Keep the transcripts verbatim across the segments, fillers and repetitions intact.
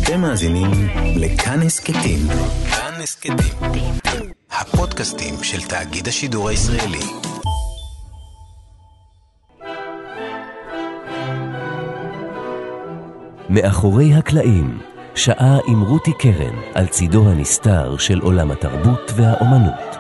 אתם מאזינים לכאן הסקטים. כאן הסקטים. הפודקאסטים של תאגיד השידור הישראלי. מאחורי הקלעים, שעה עם רותי קרן על צידו הנסתר של עולם התרבות והאומנות.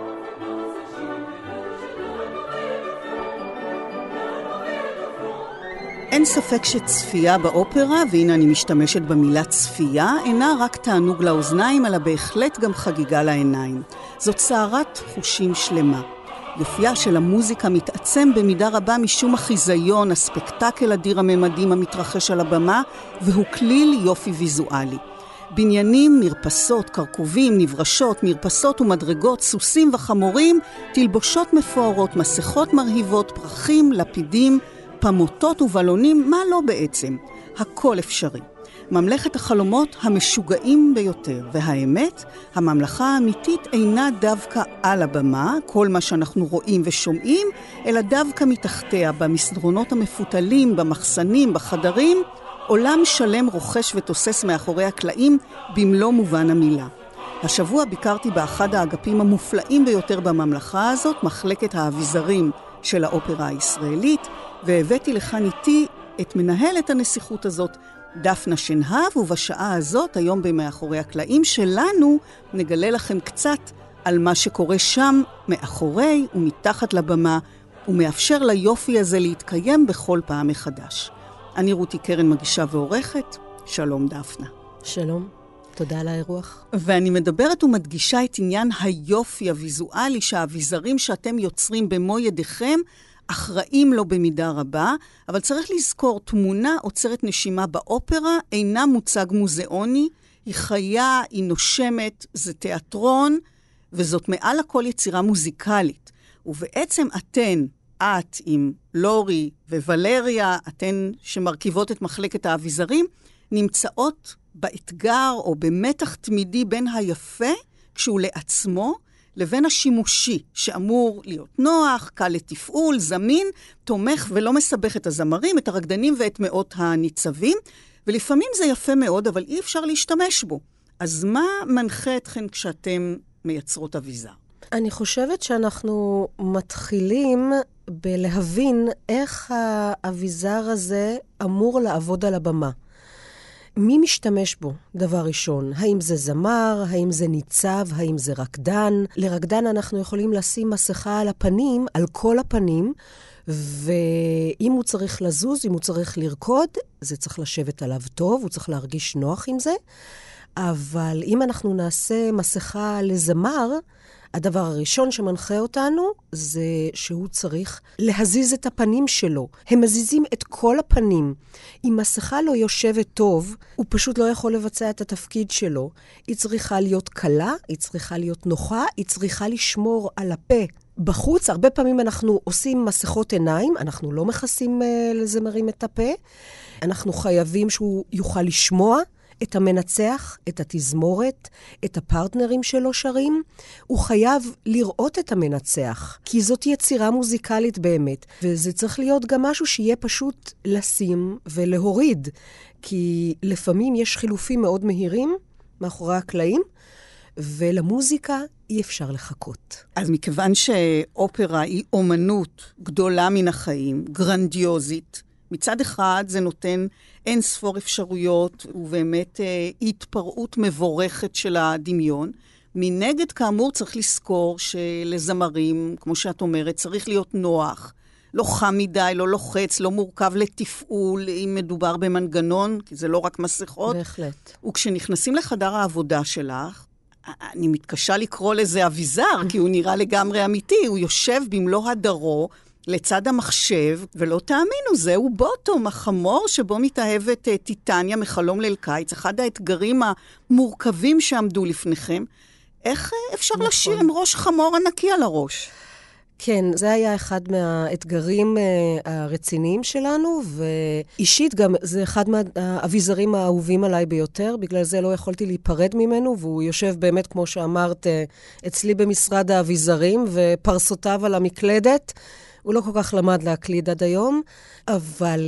אין ספק שצפייה באופרה, והנה אני משתמשת במילה צפייה, אינה רק תענוג לאוזניים, אלא בהחלט גם חגיגה לעיניים. זאת סערת חושים שלמה. יופייה של המוזיקה מתעצם במידה רבה משום החיזיון, הספקטקל אדיר הממדים המתרחש על הבמה, והוא כליל יופי ויזואלי. בניינים, מרפסות, קרקובים, נברשות, מרפסות ומדרגות, סוסים וחמורים, תלבושות מפוארות, מסכות מרהיבות, פרחים, לפידים, פמוטות ובלונים, מה לא בעצם? הכל אפשרי. ממלכת החלומות המשוגעים ביותר, והאמת, הממלכה האמיתית אינה דווקא על הבמה, כל מה שאנחנו רואים ושומעים, אלא דווקא מתחתיה, במסדרונות המפותלים, במחסנים, בחדרים, עולם שלם רוכש ותוסס מאחורי הקלעים במלוא מובן המילה. השבוע ביקרתי באחד האגפים המופלאים ביותר בממלכה הזאת, מחלקת האביזרים של האופרה הישראלית, והבאתי לכאן איתי את מנהלת הנסיכות הזאת, דפנה שנהב, ובשעה הזאת, היום במאחורי הקלעים שלנו, נגלה לכם קצת על מה שקורה שם, מאחורי ומתחת לבמה, ומאפשר ליופי הזה להתקיים בכל פעם מחדש. אני רותי קרן, מגישה ועורכת. שלום דפנה. שלום, תודה על האירוח. ואני מדברת ומדגישה את עניין היופי הוויזואלי, שהאביזרים שאתם יוצרים במו ידיכם, אחראים לו במידה רבה, אבל צריך לזכור, תמונה עוצרת נשימה באופרה אינה מוצג מוזיאוני, היא חיה, היא נושמת, זה תיאטרון, וזאת מעל הכל יצירה מוזיקלית. ובעצם אתן, את עם לורי וולריה, אתן שמרכיבות את מחלקת האביזרים, נמצאות באתגר או במתח תמידי בין היפה, כשהוא לעצמו, לבין השימושי, שאמור להיות נוח, קל לתפעול, זמין, תומך ולא מסבך את הזמרים, את הרקדנים ואת מאות הניצבים, ולפעמים זה יפה מאוד, אבל אי אפשר להשתמש בו. אז מה מנחה אתכן כשאתם מייצרות אביזר? אני חושבת שאנחנו מתחילים בלהבין איך האביזר הזה אמור לעבוד על הבמה. מי משתמש בו? דבר ראשון, האם זה זמר, האם זה ניצב, האם זה רקדן? לרקדן אנחנו יכולים לשים מסכה על הפנים, על כל הפנים, ואם הוא צריך לזוז, אם הוא צריך לרקוד, זה צריך לשבת עליו טוב, הוא צריך להרגיש נוח עם זה. אבל אם אנחנו נעשה מסכה לזמר, הדבר הראשון שמנחה אותנו זה שהוא צריך להזיז את הפנים שלו. הם מזיזים את כל הפנים. אם מסכה לא יושבת טוב, הוא פשוט לא יכול לבצע את התפקיד שלו. היא צריכה להיות קלה, היא צריכה להיות נוחה, היא צריכה לשמור על הפה. בחוץ, הרבה פעמים אנחנו עושים מסכות עיניים, אנחנו לא מכסים uh, לזמרים את הפה. אנחנו חייבים שהוא יוכל לשמוע את המנצח, את התזמורת, את הפרטנרים שלו שרים. הוא חייב לראות את המנצח, כי זאת יצירה מוזיקלית באמת. וזה צריך להיות גם משהו שיהיה פשוט לשים ולהוריד, כי לפעמים יש חילופים מאוד מהירים מאחורי הקלעים, ולמוזיקה אי אפשר לחכות. אז מכיוון שאופרה היא אומנות גדולה מן החיים, גרנדיוזית, מצד אחד זה נותן אין ספור אפשרויות, ובאמת אה, התפרעות מבורכת של הדמיון. מנגד כאמור צריך לזכור שלזמרים, כמו שאת אומרת, צריך להיות נוח. לא חם מדי, לא לוחץ, לא מורכב לתפעול, אם מדובר במנגנון, כי זה לא רק מסכות. בהחלט. וכשנכנסים לחדר העבודה שלך, אני מתקשה לקרוא לזה אביזר, כי הוא נראה לגמרי אמיתי, הוא יושב במלוא הדרו, לצד המחשב, ולא תאמינו, זהו בוטום, החמור שבו מתאהבת טיטניה מחלום ליל קיץ, אחד האתגרים המורכבים שעמדו לפניכם. איך אפשר נכון. לשיר עם ראש חמור ענקי על הראש? כן, זה היה אחד מהאתגרים uh, הרציניים שלנו, ואישית גם זה אחד מהאביזרים האהובים עליי ביותר, בגלל זה לא יכולתי להיפרד ממנו, והוא יושב באמת, כמו שאמרת, אצלי במשרד האביזרים, ופרסותיו על המקלדת, הוא לא כל כך למד להקליד עד היום, אבל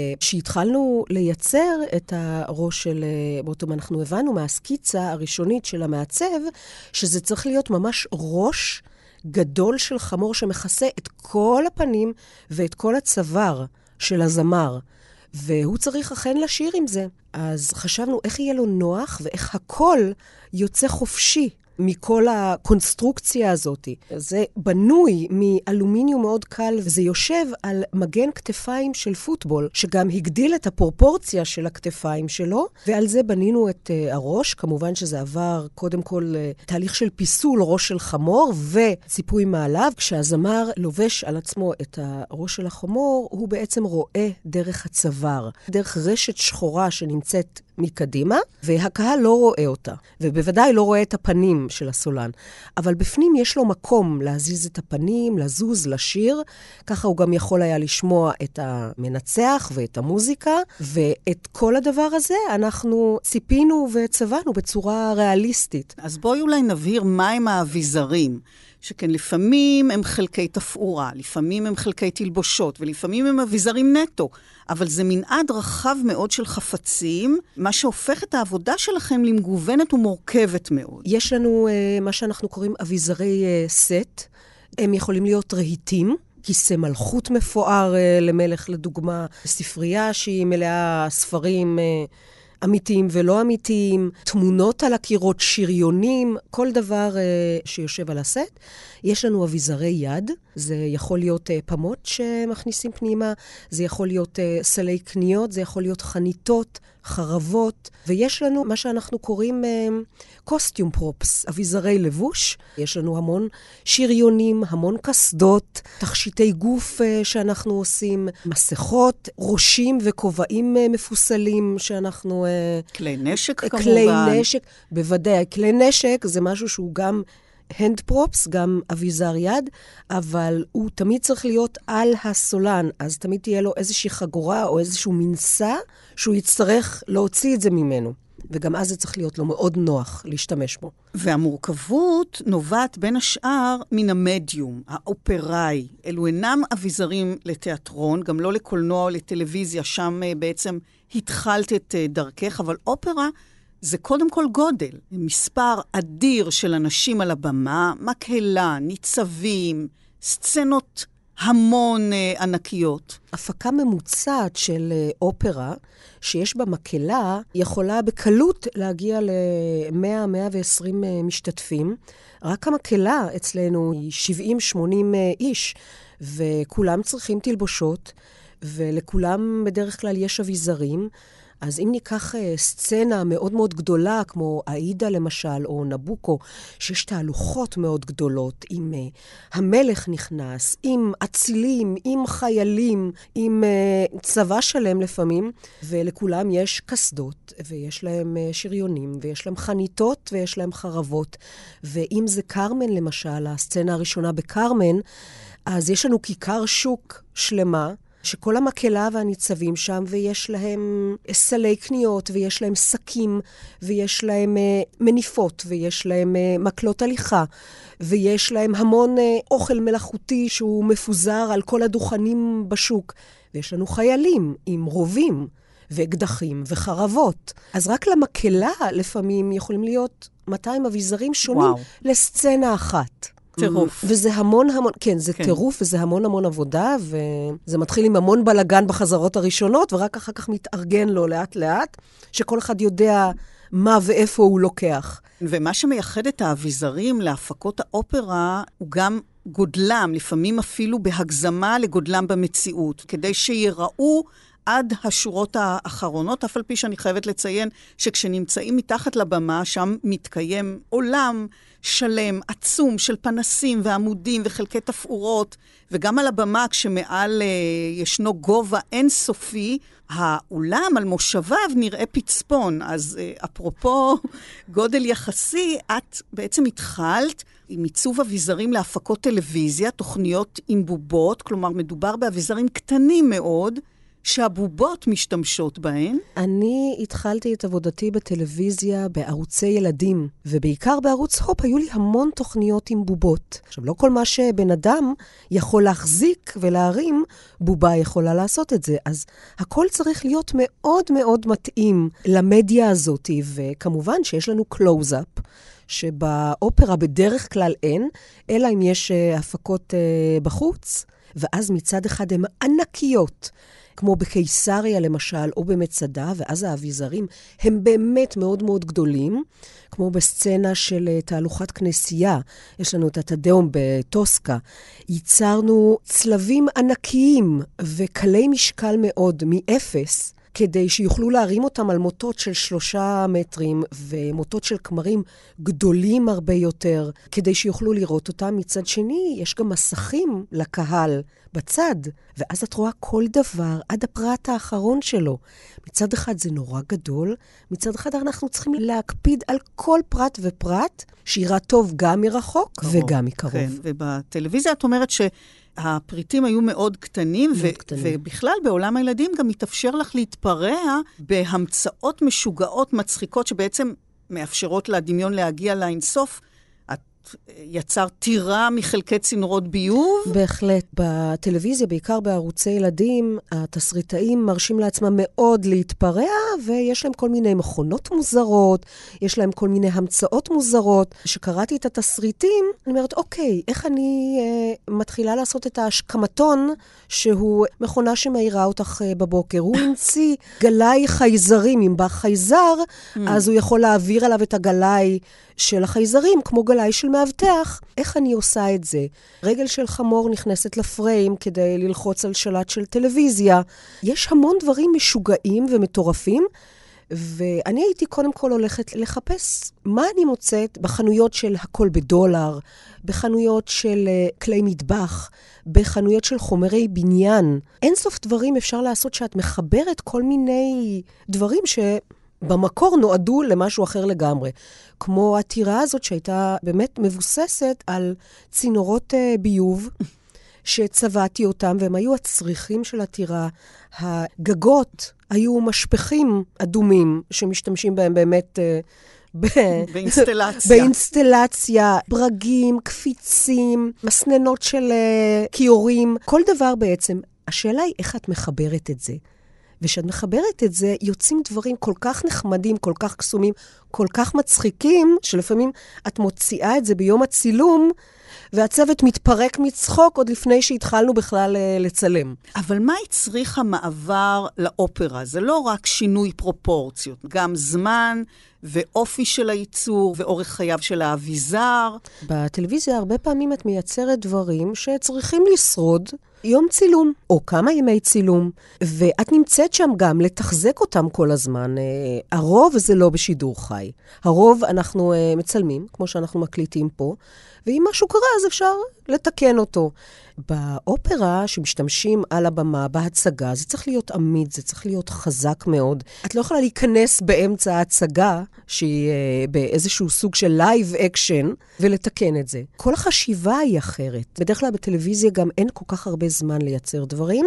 כשהתחלנו לייצר את הראש של בוטום, אנחנו הבנו מהסקיצה הראשונית של המעצב, שזה צריך להיות ממש ראש גדול של חמור שמכסה את כל הפנים ואת כל הצוואר של הזמר. והוא צריך אכן לשיר עם זה. אז חשבנו איך יהיה לו נוח ואיך הכל יוצא חופשי מכל הקונסטרוקציה הזאת. זה בנוי מאלומיניום מאוד קל, וזה יושב על מגן כתפיים של פוטבול, שגם הגדיל את הפרופורציה של הכתפיים שלו, ועל זה בנינו את uh, הראש. כמובן שזה עבר קודם כל uh, תהליך של פיסול ראש של חמור וציפוי מעליו. כשהזמר לובש על עצמו את הראש של החמור, הוא בעצם רואה דרך הצוואר, דרך רשת שחורה שנמצאת מקדימה, והקהל לא רואה אותה, ובוודאי לא רואה את הפנים של הסולן. אבל בפנים יש לו מקום להזיז את הפנים, לזוז, לשיר, ככה הוא גם יכול היה לשמוע את המנצח ואת המוזיקה, ואת כל הדבר הזה אנחנו ציפינו וצבענו בצורה ריאליסטית. אז בואי אולי נבהיר מהם האביזרים, שכן לפעמים הם חלקי תפאורה, לפעמים הם חלקי תלבושות, ולפעמים הם אביזרים נטו, אבל זה מנעד רחב מאוד של חפצים, מה שהופך את העבודה שלכם למגוונת ומורכבת מאוד. יש לנו uh, מה שאנחנו קוראים אביזרי uh, סט, הם יכולים להיות רהיטים, כיסא מלכות מפואר uh, למלך לדוגמה, ספרייה שהיא מלאה ספרים uh, אמיתיים ולא אמיתיים, תמונות על הקירות, שריונים, כל דבר uh, שיושב על הסט. יש לנו אביזרי יד, זה יכול להיות uh, פמות שמכניסים פנימה, זה יכול להיות uh, סלי קניות, זה יכול להיות חניתות, חרבות, ויש לנו מה שאנחנו קוראים קוסטיום uh, פרופס, אביזרי לבוש. יש לנו המון שריונים, המון כסדות, תכשיטי גוף uh, שאנחנו עושים, מסכות, ראשים וכובעים uh, מפוסלים שאנחנו... Uh, כלי נשק כמובן. כלי נשק, בוודאי. כלי נשק זה משהו שהוא גם הנד פרופס, גם אביזר יד, אבל הוא תמיד צריך להיות על הסולן, אז תמיד תהיה לו איזושהי חגורה או איזשהו מנסה שהוא יצטרך להוציא את זה ממנו. וגם אז זה צריך להיות לו מאוד נוח להשתמש בו. והמורכבות נובעת בין השאר מן המדיום, האופראי. אלו אינם אביזרים לתיאטרון, גם לא לקולנוע או לטלוויזיה, שם בעצם התחלת את דרכך, אבל אופרה זה קודם כל גודל. מספר אדיר של אנשים על הבמה, מקהלה, ניצבים, סצנות המון אה, ענקיות. הפקה ממוצעת של אה, אופרה, שיש בה מקהלה, יכולה בקלות להגיע ל-מאה עד מאה ועשרים אה, משתתפים. רק המקהלה אצלנו היא שבעים שמונים אה, איש, וכולם צריכים תלבושות, ולכולם בדרך כלל יש אביזרים. אז אם ניקח uh, סצנה מאוד מאוד גדולה, כמו עאידה למשל, או נבוקו, שיש תהלוכות מאוד גדולות, עם uh, המלך נכנס, עם אצילים, עם חיילים, עם uh, צבא שלם לפעמים, ולכולם יש כסדות, ויש להם uh, שריונים, ויש להם חניתות, ויש להם חרבות. ואם זה קרמן למשל, הסצנה הראשונה בקרמן, אז יש לנו כיכר שוק שלמה, שכל המקהלה והניצבים שם, ויש להם סלי קניות, ויש להם סקים, ויש להם uh, מניפות, ויש להם uh, מקלות הליכה, ויש להם המון uh, אוכל מלאכותי שהוא מפוזר על כל הדוכנים בשוק. ויש לנו חיילים עם רובים, ואקדחים וחרבות. אז רק למקהלה לפעמים יכולים להיות מאתיים אביזרים שונים וואו. לסצנה אחת. טירוף. וזה המון המון, כן, זה כן. טירוף, וזה המון המון עבודה, וזה מתחיל עם המון בלגן בחזרות הראשונות, ורק אחר כך מתארגן לו לאט לאט, שכל אחד יודע מה ואיפה הוא לוקח. ומה שמייחד את האביזרים להפקות האופרה, הוא גם גודלם, לפעמים אפילו בהגזמה לגודלם במציאות, כדי שיראו עד השורות האחרונות, אף על פי שאני חייבת לציין שכשנמצאים מתחת לבמה, שם מתקיים עולם שלם, עצום של פנסים ועמודים וחלקי תפאורות, וגם על הבמה כשמעל uh, ישנו גובה אינסופי, האולם על מושביו נראה פצפון. אז uh, אפרופו גודל יחסי, את בעצם התחלת עם עיצוב אביזרים להפקות טלוויזיה, תוכניות עם בובות, כלומר מדובר באביזרים קטנים מאוד, שהבובות משתמשות בהן. אני התחלתי את עבודתי בטלוויזיה בערוצי ילדים, ובעיקר בערוץ הופ היו לי המון תוכניות עם בובות. עכשיו, לא כל מה שבן אדם יכול להחזיק ולהרים, בובה יכולה לעשות את זה. אז הכל צריך להיות מאוד מאוד מתאים למדיה הזאת, וכמובן שיש לנו קלוז-אפ, שבאופרה בדרך כלל אין, אלא אם יש uh, הפקות uh, בחוץ, ואז מצד אחד הן ענקיות, כמו בקיסריה למשל, או במצדה, ואז האביזרים הם באמת מאוד מאוד גדולים, כמו בסצנה של uh, תהלוכת כנסייה, יש לנו את התדאום בטוסקה, ייצרנו צלבים ענקיים וקלי משקל מאוד מאפס, כדי שיוכלו להרים אותם על מוטות של שלושה מטרים, ומוטות של כמרים גדולים הרבה יותר, כדי שיוכלו לראות אותם. מצד שני, יש גם מסכים לקהל בצד, ואז את רואה כל דבר עד הפרט האחרון שלו. מצד אחד זה נורא גדול, מצד אחד אנחנו צריכים להקפיד על כל פרט ופרט, שירה טוב גם מרחוק קרוב, וגם מקרוב. כן, ובטלוויזיה את אומרת ש... הפריטים היו מאוד קטנים, מאוד ו- קטנים. ובכלל בעולם הילדים גם מתאפשר לך להתפרע בהמצאות משוגעות מצחיקות, שבעצם מאפשרות לדמיון להגיע לאינסוף. את יצרת טירה מחלקי צינורות ביוב? בהחלט. בטלוויזיה, בעיקר בערוצי ילדים, התסריטאים מרשים לעצמם מאוד להתפרע, ויש להם כל מיני מכונות מוזרות, יש להם כל מיני המצאות מוזרות. כשקראתי את התסריטים, אני אומרת, אוקיי, איך אני אה, מתחילה לעשות את ההשכמתון, שהוא מכונה שמאירה אותך אה, בבוקר. הוא המציא גלאי חייזרים, אם בא חייזר, mm. אז הוא יכול להעביר עליו את הגלאי של החייזרים, כמו גלאי של מאבטח. איך אני עושה את זה? רגל של חמור נכנסת לפריים כדי ללחוץ על שלט של טלוויזיה. יש המון דברים משוגעים ומטורפים, ואני הייתי קודם כל הולכת לחפש מה אני מוצאת בחנויות של הכל בדולר, בחנויות של כלי מטבח, בחנויות של חומרי בניין. אין סוף דברים אפשר לעשות שאת מחברת כל מיני דברים ש... במקור נועדו למשהו אחר לגמרי. כמו הטירה הזאת שהייתה באמת מבוססת על צינורות uh, ביוב, שצבעתי אותם, והם היו הצריכים של הטירה. הגגות היו משפחים אדומים, שמשתמשים בהם באמת... Uh, ב- באינסטלציה. באינסטלציה, ברגים, קפיצים, מסננות של uh, קיורים, כל דבר בעצם. השאלה היא איך את מחברת את זה. ושאת מחברת את זה, יוצאים דברים כל כך נחמדים, כל כך קסומים, כל כך מצחיקים, שלפעמים את מוציאה את זה ביום הצילום, והצוות מתפרק מצחוק עוד לפני שהתחלנו בכלל לצלם. אבל מה הצריך המעבר לאופרה? זה לא רק שינוי פרופורציות, גם זמן ואופי של הייצור ואורך חייו של האביזר. בטלוויזיה הרבה פעמים את מייצרת דברים שצריכים לשרוד יום צילום, או כמה ימי צילום, ואת נמצאת שם גם לתחזק אותם כל הזמן. הרוב זה לא בשידור חי. הרוב אנחנו מצלמים, כמו שאנחנו מקליטים פה, ואם משהו קרה אז אפשר לתקן אותו. באופרה שמשתמשים על הבמה, בהצגה, זה צריך להיות עמיד, זה צריך להיות חזק מאוד. את לא יכולה להיכנס באמצע ההצגה, שהיא באיזשהו סוג של לייב אקשן, ולתקן את זה. כל החשיבה היא אחרת. בדרך כלל בטלוויזיה גם אין כל כך הרבה זמן לייצר דברים,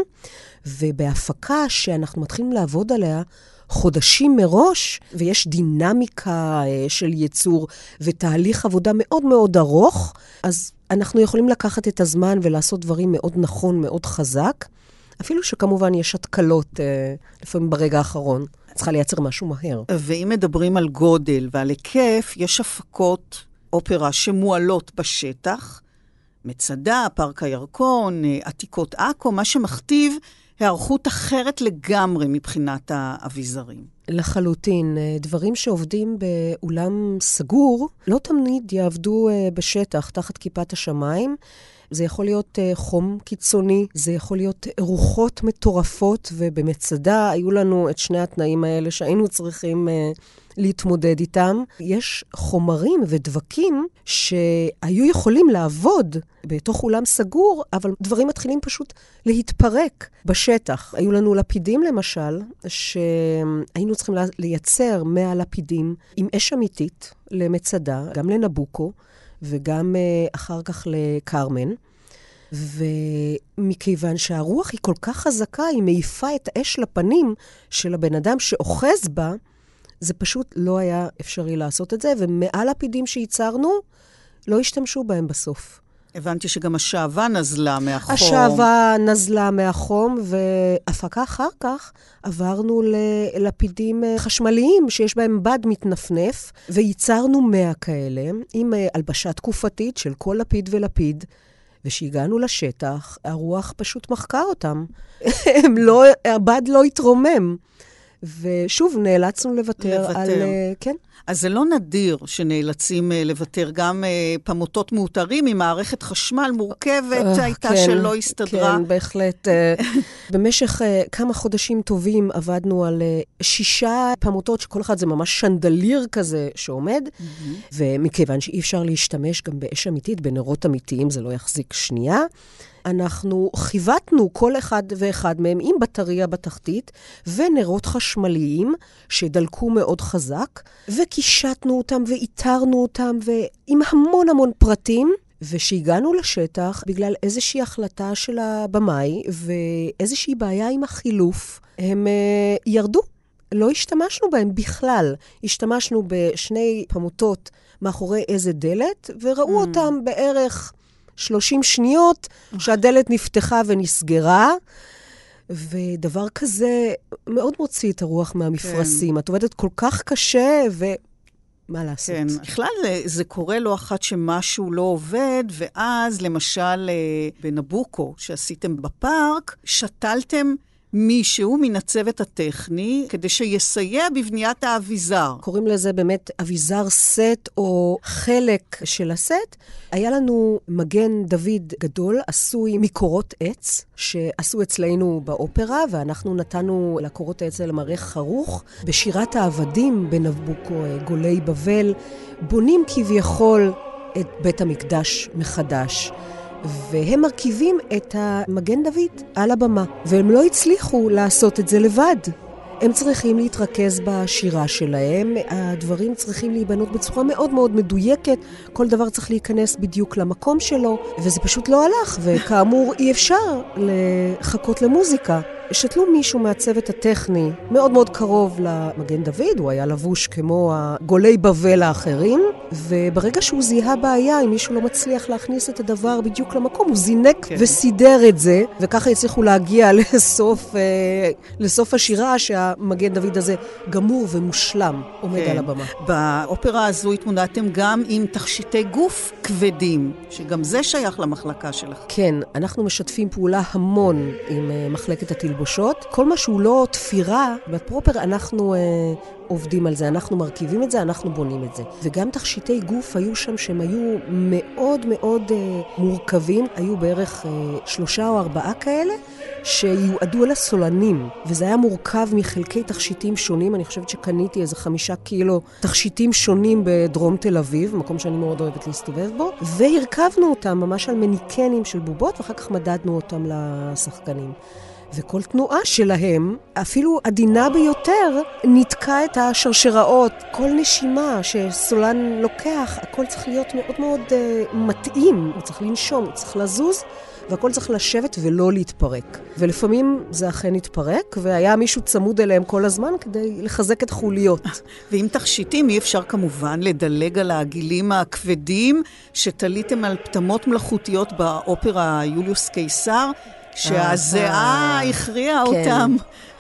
ובהפקה שאנחנו מתחילים לעבוד עליה, חודשים מראש, ויש דינמיקה של ייצור, ותהליך עבודה מאוד מאוד ארוך, אז אנחנו יכולים לקחת את הזמן ולעשות דברים מאוד נכון, מאוד חזק, אפילו שכמובן יש התקלות לפעמים ברגע האחרון. צריכה לייצר משהו מהר. ואם מדברים על גודל ועל היקף, יש הפקות אופרה שמועלות בשטח, מצדה, פארק הירקון, עתיקות עכו, מה שמכתיב הערכות אחרת לגמרי מבחינת האביזרים. לחלוטין, דברים שעובדים באולם סגור, לא תמיד יעבדו בשטח, תחת כיפת השמיים. זה יכול להיות חום קיצוני, זה יכול להיות רוחות מטורפות, ובמצדה היו לנו את שני התנאים האלה שהיינו צריכים להתמודד איתם. יש חומרים ודבקים שהיו יכולים לעבוד בתוך אולם סגור, אבל דברים מתחילים פשוט להתפרק בשטח. היו לנו לפידים למשל, שהיינו צריכים לייצר מאה לפידים עם אש אמיתית למצדה, גם לנבוקו, וגם אחר כך לקרמן. ומכיוון שהרוח היא כל כך חזקה, היא מעיפה את האש לפנים של הבן אדם שאוחז בה, זה פשוט לא היה אפשרי לעשות את זה, ומעל הפידים שייצרנו, לא השתמשו בהם בסוף. הבנתי שגם השעבה נזלה מהחום. השעבה נזלה מהחום, והפקה אחר כך עברנו ללפידים חשמליים, שיש בהם בד מתנפנף, וייצרנו מאה כאלה, עם הלבשה תקופתית של כל לפיד ולפיד, ושהגענו לשטח, הרוח פשוט מחקה אותם. הם לא, הבד לא התרומם. ושוב, נאלצנו לוותר, לוותר. על... כן. אז זה לא נדיר שנאלצים לוותר. גם פמוטות מאותרים עם מערכת חשמל מורכבת uh, הייתה כן, שלא הסתדרה. כן, בהחלט. במשך כמה חודשים טובים עבדנו על שישה פמוטות, שכל אחד זה ממש שנדליר כזה שעומד, mm-hmm. ומכיוון שאי אפשר להשתמש גם באש אמיתית, בנרות אמיתיים, זה לא יחזיק שנייה. אנחנו חיוותנו כל אחד ואחד מהם עם בטריה בתחתית, ונרות חשמליים שדלקו מאוד חזק, וקישטנו אותם ואיתרנו אותם, ועם המון המון פרטים, ושהגענו לשטח בגלל איזושהי החלטה של הבמאי, ואיזושהי בעיה עם החילוף, הם uh, ירדו. לא השתמשנו בהם בכלל. השתמשנו בשני פמוטות מאחורי איזה דלת, וראו mm. אותם בערך שלושים שניות שהדלת נפתחה ונסגרה, ודבר כזה מאוד מוציא את הרוח מהמפרשים. כן. את עובדת כל כך קשה, ומה לעשות? כן, בכלל זה קורה לא אחת שמשהו לא עובד, ואז למשל בנבוקו שעשיתם בפארק, שתלתם מישהו מן הצוות הטכני, כדי שיסייע בבניית האביזר. קוראים לזה באמת אביזר סט, או חלק של הסט. היה לנו מגן דוד גדול, עשוי מקורות עץ, שעשו אצלנו באופרה, ואנחנו נתנו לקורות העץ האלה מראה חרוך. בשירת העבדים בנבוקו, גולי בבל, בונים כביכול את בית המקדש מחדש. והם מרכיבים את המגן דוד על הבמה, והם לא הצליחו לעשות את זה לבד. הם צריכים להתרכז בשירה שלהם, הדברים צריכים להיבנות בצורה מאוד מאוד מדויקת, כל דבר צריך להיכנס בדיוק למקום שלו, וזה פשוט לא הלך, וכאמור אי אפשר לחכות למוזיקה. שתלו מישהו מהצוות הטכני מאוד מאוד קרוב למגן דוד, הוא היה לבוש כמו הגולי בבל האחרים, וברגע שהוא זיהה בעיה, אם מישהו לא מצליח להכניס את הדבר בדיוק למקום, הוא זינק כן. וסידר את זה, וככה הצליחו להגיע לסוף, אה, לסוף השירה שהמגן דוד הזה גמור ומושלם עומד כן. על הבמה. באופרה הזו התמודדתם גם עם תכשיטי גוף כבדים, שגם זה שייך למחלקה שלך. כן, אנחנו משתפים פעולה המון עם uh, מחלקת התלבושות. כל מה שהוא לא תפירה, בפרופר אנחנו uh, עובדים על זה, אנחנו מרכיבים את זה, אנחנו בונים את זה. וגם תכשיטי גוף היו שם שהם היו מאוד מאוד uh, מורכבים, היו בערך uh, שלושה או ארבעה כאלה, שיועדו לסולנים, וזה היה מורכב מחלקי תכשיטים שונים. אני חושבת שקניתי איזה חמישה קילו תכשיטים שונים בדרום תל אביב, מקום שאני מאוד אוהבת להסתובב בו, והרכבנו אותם ממש על מניקנים של בובות, ואחר כך מדדנו אותם לשחקנים. וכל תנועה שלהם, אפילו עדינה ביותר, נתקע את השרשראות. כל נשימה שסולן לוקח, הכל צריך להיות מאוד מאוד uh, מתאים. הוא צריך לנשום, הוא צריך לזוז, והכל צריך לשבת ולא להתפרק. ולפעמים זה אכן התפרק, והיה מישהו צמוד אליהם כל הזמן כדי לחזק את חוליות. ועם תכשיטים אי אפשר כמובן לדלג על הגילים הכבדים, שתליתם על פתמות מלאכותיות באופרה יוליוס קיסר, שהזיעה הכריעה אותם.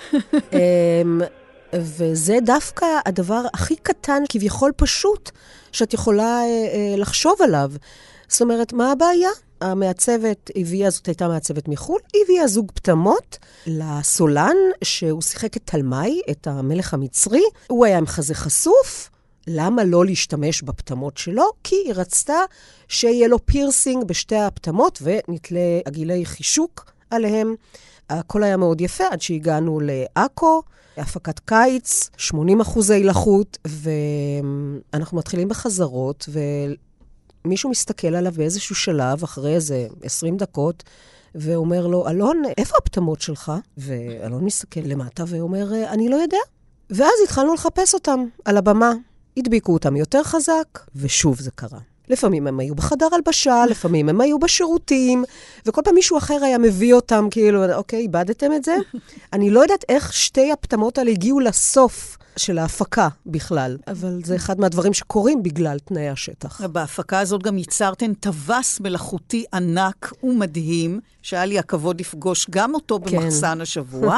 וזה דווקא הדבר הכי קטן, כביכול פשוט, שאת יכולה לחשוב עליו. זאת אומרת, מה הבעיה? המעצבת הביאה, זאת הייתה מעצבת מחול, הביאה זוג פתמות לסולן, שהוא שיחק את תלמי, את המלך המצרי. הוא היה עם חזה חשוף. למה לא להשתמש בפתמות שלו? כי היא רצתה שיהיה לו פירסינג בשתי הפתמות, ונתלה עגילי חישוק עליהם. הכל היה מאוד יפה, עד שהגענו לאקו, הפקת קיץ, שמונים אחוזי לחות, ואנחנו מתחילים בחזרות, ומישהו מסתכל עליו באיזשהו שלב, אחרי איזה עשרים דקות, ואומר לו, אלון, איפה הפתמות שלך? ואלון מסתכל למטה ואומר, אני לא יודע. ואז התחלנו לחפש אותם על הבמה. הדביקו אותם יותר חזק, ושוב זה קרה. לפעמים הם היו בחדר הלבשה, לפעמים הם היו בשירותים, וכל פעם מישהו אחר היה מביא אותם, כאילו, אוקיי, איבדתם את זה? אני לא יודעת איך שתי הפטמות האלה הגיעו לסוף של ההפקה בכלל, אבל זה אחד מהדברים שקורים בגלל תנאי השטח. בהפקה הזאת גם ייצרתן טווס מלאכותי ענק ומדהים, שהיה לי הכבוד לפגוש גם אותו במחסן השבוע,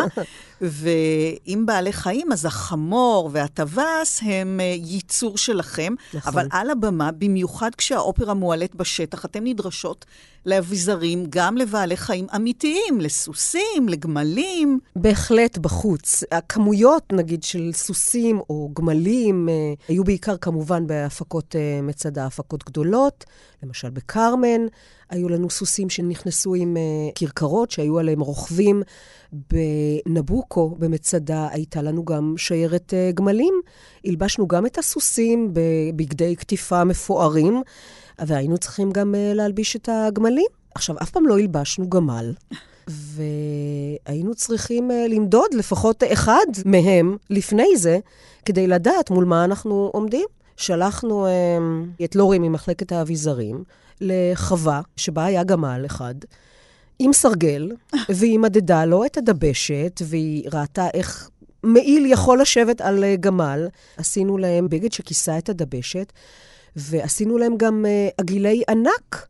ואם בעלי חיים, אז החמור והטווס הם ייצור שלכם, אבל על הבמה, במיוחד כשהאופרה מועלית בשטח, אתם נדרשות לאביזרים גם לבעלי חיים אמיתיים, לסוסים, לגמלים. בהחלט בחוץ. הכמויות, נגיד, של סוסים או גמלים, היו בעיקר כמובן בהפקות מצדה, הפקות גדולות, למשל בקרמן, היו לנו סוסים שנכנסו עם uh, קרקרות, שהיו עליהם רוכבים. בנבוקו, במצדה, הייתה לנו גם שיירת uh, גמלים. הלבשנו גם את הסוסים בבגדי כתיפה מפוארים, והיינו צריכים גם uh, להלביש את הגמלים. עכשיו, אף פעם לא הלבשנו גמל, והיינו צריכים uh, למדוד לפחות אחד מהם לפני זה, כדי לדעת מול מה אנחנו עומדים. שלחנו uh, את לורי ממחלקת האביזרים, לחווה, שבה היה גמל אחד, עם סרגל, והיא מדדה לו את הדבשת, והיא ראתה איך מעיל יכול לשבת על גמל. עשינו להם בגד שכיסה את הדבשת, ועשינו להם גם עגילי ענק,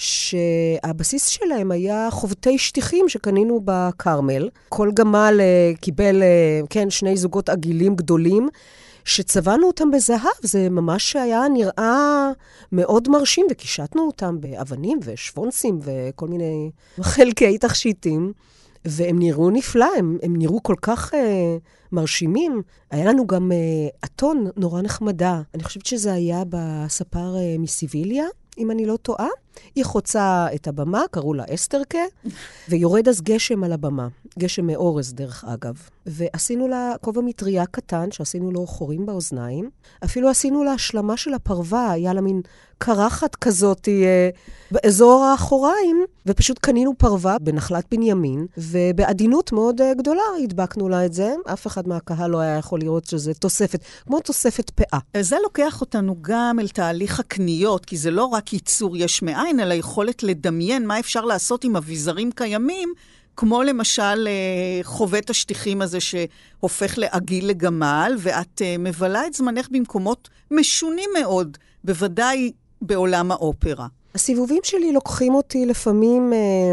שהבסיס שלהם היה חובטי שטיחים שקנינו בקרמל. כל גמל קיבל, כן, שני זוגות עגילים גדולים, שצבענו אותם בזהב, זה ממש היה נראה מאוד מרשים, וקישטנו אותם באבנים ושוונצים וכל מיני חלקי תכשיטים, והם נראו נפלא, הם, הם נראו כל כך uh, מרשימים. היה לנו גם uh, אתון נורא נחמדה, אני חושבת שזה היה בספר uh, מסיביליה, אם אני לא טועה. היא חוצה את הבמה, קראו לה אסתרקה, ויורד אז גשם על הבמה. גשם מאורז, דרך אגב. ועשינו לה כובע מטריה קטן, שעשינו לו חורים באוזניים. אפילו עשינו לה השלמה של הפרווה, היה לה מין קרחת כזאת אה, באזור האחוריים, ופשוט קנינו פרווה בנחלת בנימין, ובעדינות מאוד אה, גדולה הדבקנו לה את זה. אף אחד מהקהל לא היה יכול לראות שזה תוספת, כמו תוספת פאה. זה לוקח אותנו גם אל תהליך הקניות, כי זה לא רק ייצור יש מאין, אלא יכולת לדמיין מה אפשר לעשות עם אביזרים קיימים, כמו למשל חובט השטיחים הזה שהופך לעגיל לגמל, ואת מבלה את זמנך במקומות משונים מאוד, בוודאי בעולם האופרה. הסיבובים שלי לוקחים אותי לפעמים אה,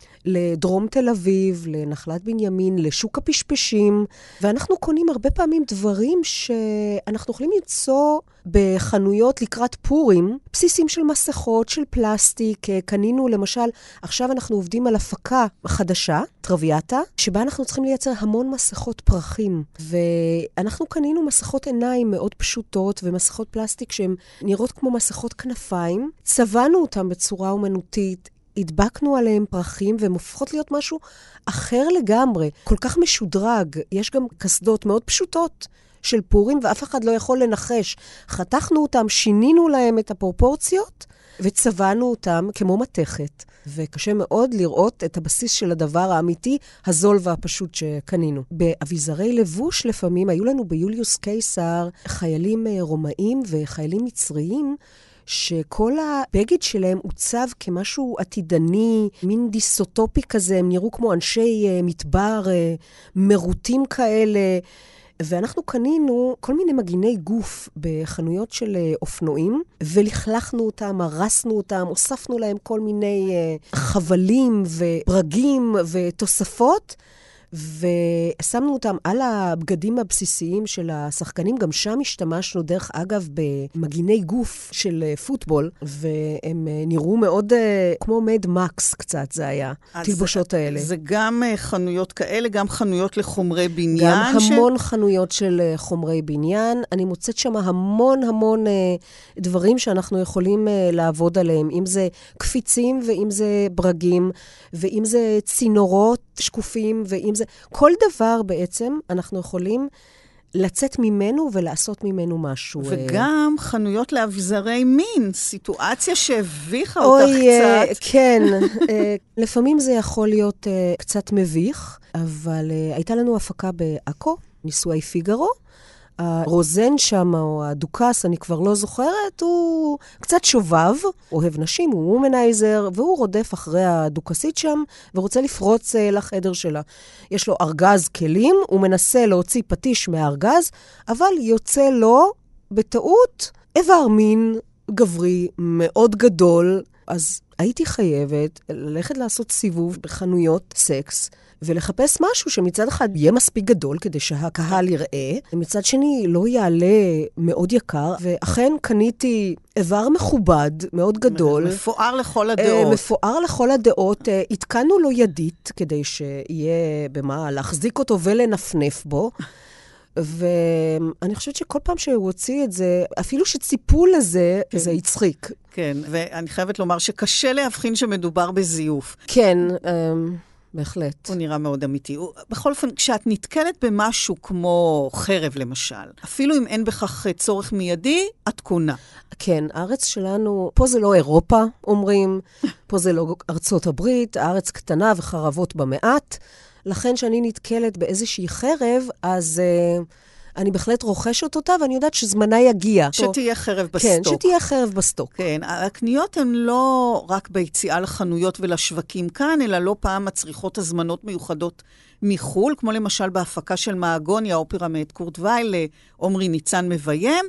לדרום תל אביב, לנחלת בנימין, לשוק הפשפשים, ואנחנו קונים הרבה פעמים דברים שאנחנו יכולים למצוא בחנויות לקראת פורים, בסיסים של מסכות, של פלסטיק. קנינו למשל, עכשיו אנחנו עובדים על הפקה חדשה, טרוויאטה, שבה אנחנו צריכים לייצר המון מסכות פרחים, ואנחנו קנינו מסכות עיניים מאוד פשוטות, ומסכות פלסטיק שהן נראות כמו מסכות כנפיים, צבענו אותם בצורה אומנותית, הדבקנו עליהם פרחים, והן הופכות להיות משהו אחר לגמרי, כל כך משודרג. יש גם קסדות מאוד פשוטות של פורים, ואף אחד לא יכול לנחש. חתכנו אותם, שינינו להם את הפרופורציות, וצבענו אותם כמו מתכת. וקשה מאוד לראות את הבסיס של הדבר האמיתי, הזול והפשוט שקנינו. באביזרי לבוש לפעמים, היו לנו ביוליוס קיסר חיילים רומאים וחיילים מצריים, שכל הבגד שלהם עוצב כמשהו עתידני, מין דיסוטופי כזה, הם נראו כמו אנשי מדבר, מרוטים כאלה, ואנחנו קנינו כל מיני מגיני גוף בחנויות של אופנועים, ולכלכנו אותם, הרסנו אותם, הוספנו להם כל מיני חבלים וברגים ותוספות, ושמנו אותם על הבגדים הבסיסיים של השחקנים. גם שם השתמשנו, דרך אגב, במגיני גוף של פוטבול, והם נראו מאוד כמו מד מקס קצת, זה היה, תלבושות האלה. זה גם חנויות כאלה, גם חנויות לחומרי בניין? גם המון ש... חנויות של חומרי בניין. אני מוצאת שם המון המון דברים שאנחנו יכולים לעבוד עליהם, אם זה קפיצים ואם זה ברגים, ואם זה צינורות שקופים, ואם זה... כל דבר בעצם אנחנו יכולים לצאת ממנו ולעשות ממנו משהו. וגם חנויות לאביזרי מין, סיטואציה שהביכה אותך קצת. כן, לפעמים זה יכול להיות קצת מביך, אבל הייתה לנו הפקה באקו, נישואי פיגרו, הרוזן שם, או הדוקס, אני כבר לא זוכרת, הוא קצת שובב, אוהב נשים, הוא וומנייזר, והוא רודף אחרי הדוקסית שם, ורוצה לפרוץ לחדר שלה. יש לו ארגז כלים, הוא מנסה להוציא פטיש מהארגז, אבל יוצא לו בטעות איבר מין גברי מאוד גדול, אז הייתי חייבת ללכת לעשות סיבוב בחנויות סקס, ולחפש משהו שמצד אחד יהיה מספיק גדול כדי שהקהל יראה, ומצד שני לא יעלה מאוד יקר, ואכן קניתי איבר מכובד, מאוד גדול. מפואר לכל הדעות. מפואר לכל הדעות. התקנו לו ידית כדי שיהיה במה להחזיק אותו ולנפנף בו. ואני חושבת שכל פעם שהוא הוציא את זה, אפילו שציפו לזה, כן. זה יצחיק. כן, ואני חייבת לומר שקשה להבחין שמדובר בזיוף. כן, בהחלט. הוא נראה מאוד אמיתי. בכל אופן, כשאת נתקלת במשהו כמו חרב למשל, אפילו אם אין בכך צורך מיידי, את קונה. כן, הארץ שלנו, פה זה לא אירופה, אומרים, פה זה לא ארצות הברית, הארץ קטנה וחרבות במעט, לכן שאני נתקלת באיזושהי חרב, אז uh, אני בהחלט רוכשת אותה, ואני יודעת שזמנה יגיע. שתהיה חרב בסטוק. כן, שתהיה חרב בסטוק. כן, הקניות הן לא רק ביציאה לחנויות ולשווקים כאן, אלא לא פעם מצריכות הזמנות מיוחדות מחול, כמו למשל בהפקה של מעגוני, האופרה מאת קורט וייל, עומרי ניצן מביים,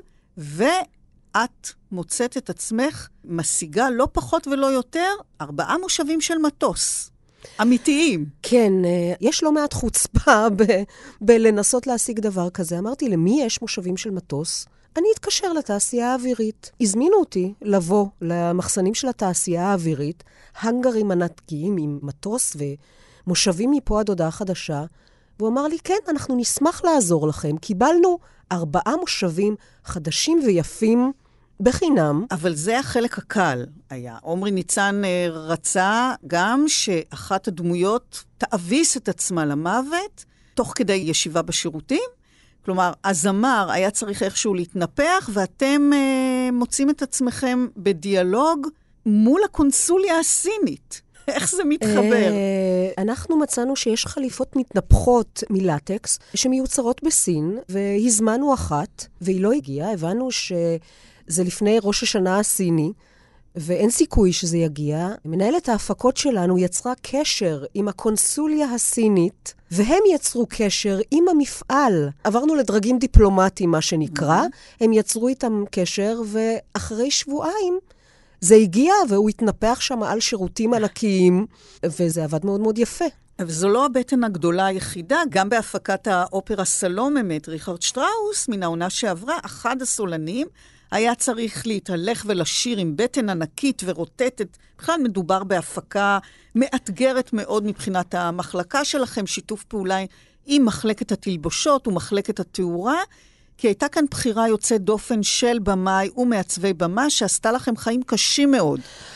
ואת מוצאת את עצמך משיגה לא פחות ולא יותר, ארבעה מושבים של מטוס. אמיתיים. כן, יש לא מעט חוצפה ב- בלנסות להשיג דבר כזה. אמרתי, למי יש מושבים של מטוס? אני אתקשר לתעשייה האווירית. הזמינו אותי לבוא למחסנים של התעשייה האווירית, הנגרים ענקיים עם מטוס ומושבים מפה עד הודעה חדשה, והוא אמר לי, כן, אנחנו נשמח לעזור לכם. קיבלנו ארבעה מושבים חדשים ויפים, בחינם. אבל זה החלק הקל היה. עומרי ניצן רצה גם שאחת הדמויות תאביס את עצמה למוות, תוך כדי ישיבה בשירותים. כלומר, הזמר היה צריך איכשהו להתנפח, ואתם אה, מוצאים את עצמכם בדיאלוג מול הקונסוליה הסינית. איך זה מתחבר? אנחנו מצאנו שיש חליפות מתנפחות מלטקס, שמיוצרות בסין, והזמנו אחת, והיא לא הגיעה. הבנו ש... זה לפני ראש השנה הסיני, ואין סיכוי שזה יגיע. מנהלת ההפקות שלנו יצרה קשר עם הקונסוליה הסינית, והם יצרו קשר עם המפעל. עברנו לדרגים דיפלומטיים, מה שנקרא. הם יצרו איתם קשר, ואחרי שבועיים זה הגיע, והוא התנפח שם על שירותים ענקיים, וזה עבד מאוד מאוד יפה. אבל זו לא הבטן הגדולה היחידה, גם בהפקת האופרה סלומה מאת ריכרד שטראוס, מן העונה שעברה, אחד הסולנים, היה צריך להתהלך ולשיר עם בטן ענקית ורוטטת. בכלל מדובר בהפקה מאתגרת מאוד מבחינת המחלקה שלכם, שיתוף פעולה עם מחלקת התלבושות ומחלקת התאורה, כי הייתה כאן בחירה יוצאת דופן של במאי ומעצבי במה, שעשתה לכם חיים קשים מאוד.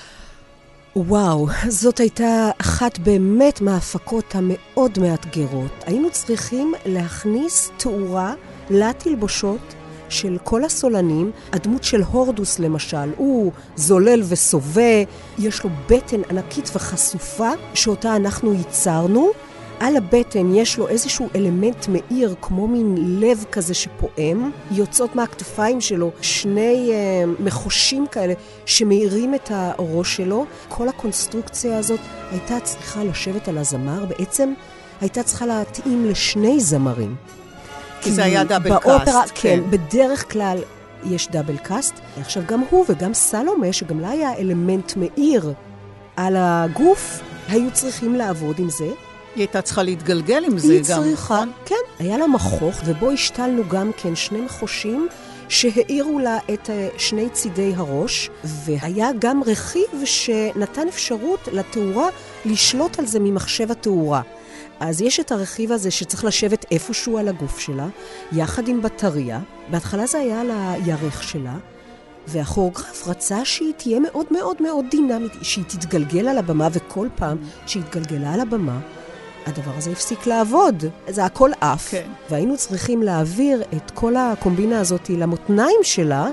וואו, זאת הייתה אחת באמת מההפקות המאוד מאתגרות. היינו צריכים להכניס תאורה לתלבושות, של כל הסולנים. הדמות של הורדוס למשל, הוא זולל וסובה, יש לו בטן ענקית וחשופה שאותה אנחנו ייצרנו. על הבטן יש לו איזשהו אלמנט מאיר, כמו מין לב כזה שפועם. יוצאות מהכתפיים שלו שני uh, מחושים כאלה שמאירים את הראש שלו. כל הקונסטרוקציה הזאת הייתה צריכה לשבת על הזמר, בעצם הייתה צריכה להתאים לשני זמרים. כי זה היה דאבל באופרה, קאסט. כן, כן, בדרך כלל יש דאבל קאסט. עכשיו גם הוא וגם סלומה, שגם לה היה אלמנט מאיר על הגוף, היו צריכים לעבוד עם זה. היא הייתה צריכה להתגלגל עם זה גם. היא צריכה, כן. היה לה מחוך, ובו השתלנו גם כן שני מחושים, שהאירו לה את שני צידי הראש, והיה גם רכיב שנתן אפשרות לתאורה לשלוט על זה ממחשב התאורה. אז יש את הרכיב הזה שצריך לשבת איפשהו על הגוף שלה, יחד עם בטריה. בהתחלה זה היה על הירך שלה, והכוריאוגרף רצה שהיא תהיה מאוד מאוד מאוד דינמית, שהיא תתגלגל על הבמה, וכל פעם שהיא התגלגלה על הבמה, הדבר הזה הפסיק לעבוד. זה הכל אף. כן. והיינו צריכים להעביר את כל הקומבינה הזאת למותניים שלה,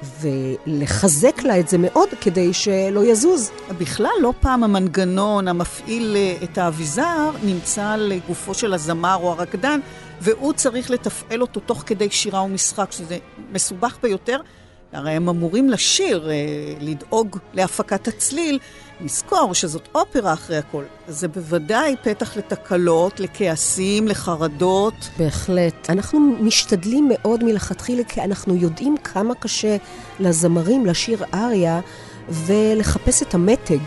ולחזק לה את זה מאוד כדי שלא יזוז. בכלל לא פעם המנגנון המפעיל את האביזר נמצא לגופו של הזמר או הרקדן, והוא צריך לתפעל אותו תוך כדי שירה ומשחק, שזה מסובך ביותר. הרי הם אמורים לשיר, לדאוג להפקת הצליל, לזכור שזאת אופרה אחרי הכל. זה בוודאי פתח לתקלות, לכעסים, לחרדות. בהחלט. אנחנו משתדלים מאוד מלכתחילה, כי אנחנו יודעים כמה קשה לזמרים לשיר אריה, ולחפש את המתג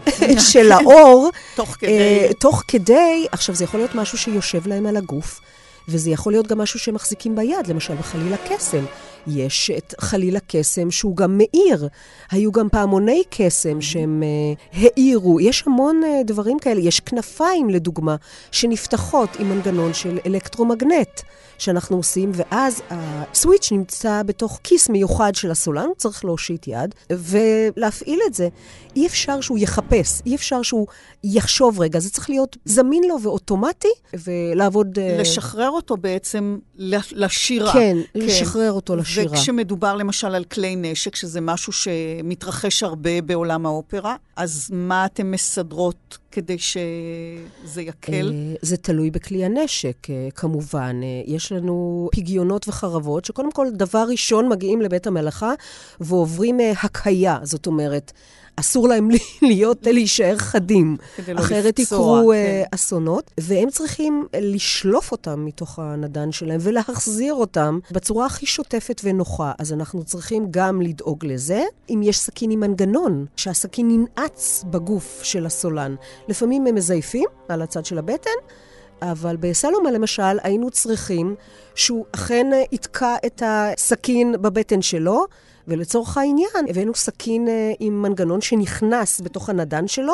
של האור. תוך כדי. תוך כדי, עכשיו זה יכול להיות משהו שיושב להם על הגוף, וזה יכול להיות גם משהו שמחזיקים ביד, למשל בחליל הקסם. יש את חליל הקסם שהוא גם מאיר. היו גם פעמוני קסם שהם uh, העירו. יש המון uh, דברים כאלה. יש כנפיים, לדוגמה, שנפתחות עם מנגנון של אלקטרומגנט שאנחנו עושים, ואז הסוויץ' נמצא בתוך כיס מיוחד של הסולן, הוא צריך להושיט יד ולהפעיל את זה. אי אפשר שהוא יחפש, אי אפשר שהוא יחשוב רגע, זה צריך להיות זמין לו ואוטומטי, ולעבוד... לשחרר אותו בעצם לשירה. כן, כן. לשחרר אותו לשירה. וכשמדובר למשל על כלי נשק, שזה משהו שמתרחש הרבה בעולם האופרה, אז מה אתם מסדרות כדי שזה יקל? זה תלוי בכלי הנשק, כמובן. יש לנו פגיונות וחרבות, שקודם כל דבר ראשון מגיעים לבית המלאכה, ועוברים הקהיה, זאת אומרת, אסור להם להיות, להישאר חדים. לא אחרת לפצוע, יקרו כן. אסונות, והם צריכים לשלוף אותם מתוך הנדן שלהם, ולהחזיר אותם בצורה הכי שוטפת ונוחה. אז אנחנו צריכים גם לדאוג לזה. אם יש סכין עם מנגנון, שהסכין ננעץ בגוף של הסולן, לפעמים הם מזייפים על הצד של הבטן, אבל בסלומה למשל היינו צריכים שהוא אכן יתקע את הסכין בבטן שלו, ולצורך העניין הבאנו סכין עם מנגנון שנכנס בתוך הנדן שלו,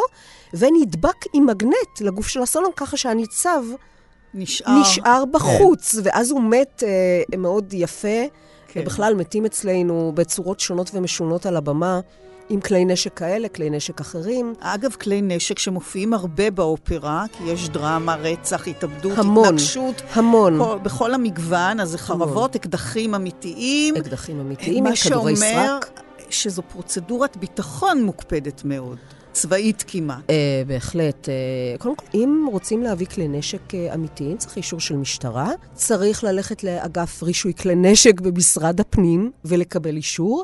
ונדבק עם מגנט לגוף של הסולן, ככה שהניצב נשאר, נשאר בחוץ, כן. ואז הוא מת אה, מאוד יפה, כן. ובכלל מתים אצלנו בצורות שונות ומשונות על הבמה, עם כלי נשק כאלה, כלי נשק אחרים. אגב, כלי נשק שמופיעים הרבה באופרה, כי יש דרמה, רצח, התאבדות, המון, התנגשות. המון. כל, בכל המגוון, אז זה חרבות, אקדחים אמיתיים. אקדחים אמיתיים, עם מה כדורי שאומר סרק. שזו פרוצדורת ביטחון מוקפדת מאוד. צבאית כמעט. אה, בהחלט. אה, קודם כל, אם רוצים להביא כלי נשק אה, אמיתיים, צריך אישור של משטרה. צריך ללכת לאגף רישוי כלי נשק במשרד הפנים ולקבל אישור.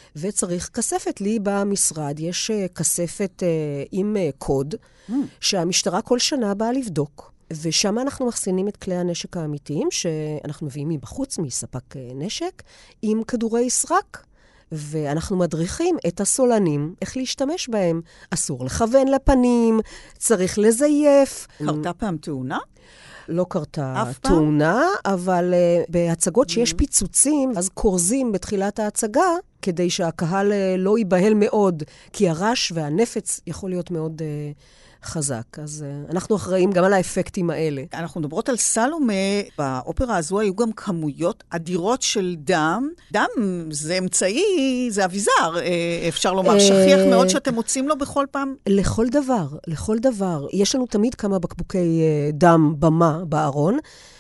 וצריך כספת. לי במשרד יש uh, כספת uh, עם uh, קוד, mm. שהמשטרה כל שנה באה לבדוק. ושם אנחנו מחסינים את כלי הנשק האמיתיים, שאנחנו מביאים מבחוץ, מספק uh, נשק, עם כדורי סרק. ואנחנו מדריכים את הסולנים איך להשתמש בהם. אסור לכוון לפנים, צריך לזייף. קרתה פעם תאונה? לא קרתה תאונה, אבל uh, בהצגות שיש פיצוצים, אז קורזים בתחילת ההצגה, כדי שהקהל uh, לא ייבהל מאוד, כי הרעש והנפץ יכול להיות מאוד uh, חזק. אז uh, אנחנו אחראים גם על האפקטים האלה. אנחנו מדברות על סלומה, באופרה הזו היו גם כמויות אדירות של דם. דם זה אמצעי, זה אביזר, אפשר לומר, שכיח מאוד שאתם מוצאים לו בכל פעם. לכל דבר, לכל דבר. יש לנו תמיד כמה בקבוקי דם במה בארון,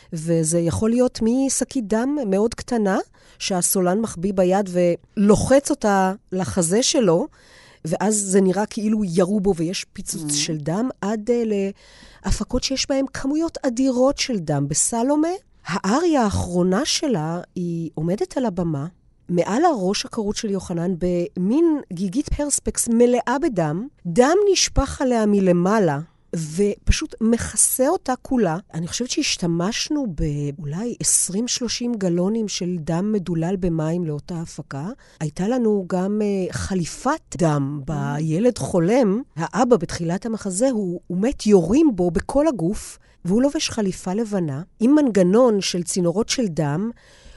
וזה יכול להיות משקית דם מאוד קטנה, שהסולן מחביא ביד ולוחץ אותה לחזה שלו, ואז זה נראה כאילו ירו בו ויש פיצוץ mm. של דם, עד uh, להפקות שיש בהן כמויות אדירות של דם. בסלומה, האריה האחרונה שלה, היא עומדת על הבמה, מעל הראש הכרות של יוחנן, במין גיגית פרספקס מלאה בדם, דם נשפך עליה מלמעלה, ופשוט מכסה אותה כולה. אני חושבת שהשתמשנו באולי עשרים שלושים גלונים של דם מדולל במים לאותה הפקה. הייתה לנו גם uh, חליפת דם בילד חולם. האבא בתחילת המחזה, הוא, הוא מת יורים בו בכל הגוף, והוא לובש חליפה לבנה, עם מנגנון של צינורות של דם,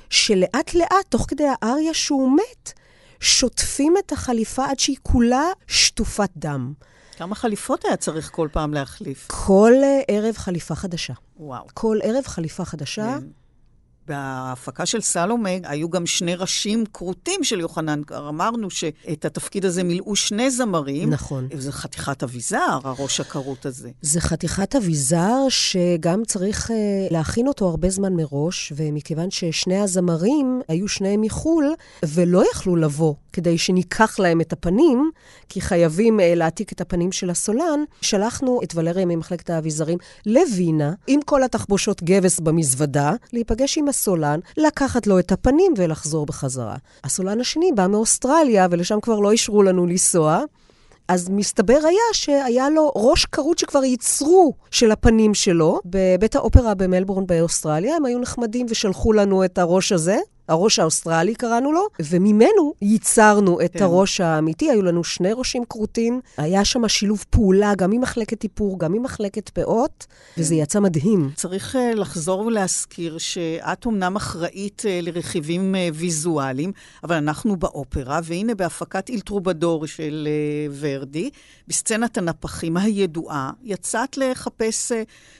שלאט לאט, תוך כדי האריה שהוא מת, שוטפים את החליפה עד שהיא כולה שטופת דם. כמה חליפות היה צריך כל פעם להחליף? כל ערב חליפה חדשה. וואו. כל ערב חליפה חדשה. בהפקה של סלומה היו גם שני ראשים קרוטים של יוחנן. אמרנו שאת התפקיד הזה מילאו שני זמרים. נכון. זה חתיכת אביזר, הראש הקרוט הזה. זה חתיכת אביזר שגם צריך uh, להכין אותו הרבה זמן מראש, ומכיוון ששני הזמרים היו שניהם מחול, ולא יכלו לבוא כדי שניקח להם את הפנים, כי חייבים uh, להעתיק את הפנים של הסולן, שלחנו את ולריה ממחלקת האביזרים לווינה, עם כל התחבושות גבס במזוודה, להיפגש עם הסולן, לקחת לו את הפנים ולחזור בחזרה. הסולן השני בא מאוסטרליה, ולשם כבר לא אישרו לנו לנסוע, אז מסתבר היה שהיה לו ראש קרוט שכבר ייצרו של הפנים שלו, בבית האופרה במלבורן באוסטרליה, הם היו נחמדים ושלחו לנו את הראש הזה, הראש האוסטרלי קראנו לו, וממנו ייצרנו את כן. הראש האמיתי, היו לנו שני ראשים קרוטים, היה שם שילוב פעולה, גם ממחלקת איפור, גם ממחלקת פאות, כן. וזה יצא מדהים. צריך uh, לחזור ולהזכיר שאת אומנם אחראית uh, לרכיבים uh, ויזואליים, אבל אנחנו באופרה, והנה בהפקת איל טרובדור של uh, ורדי, בסצנת הנפחים הידועה, יצאת לחפש uh,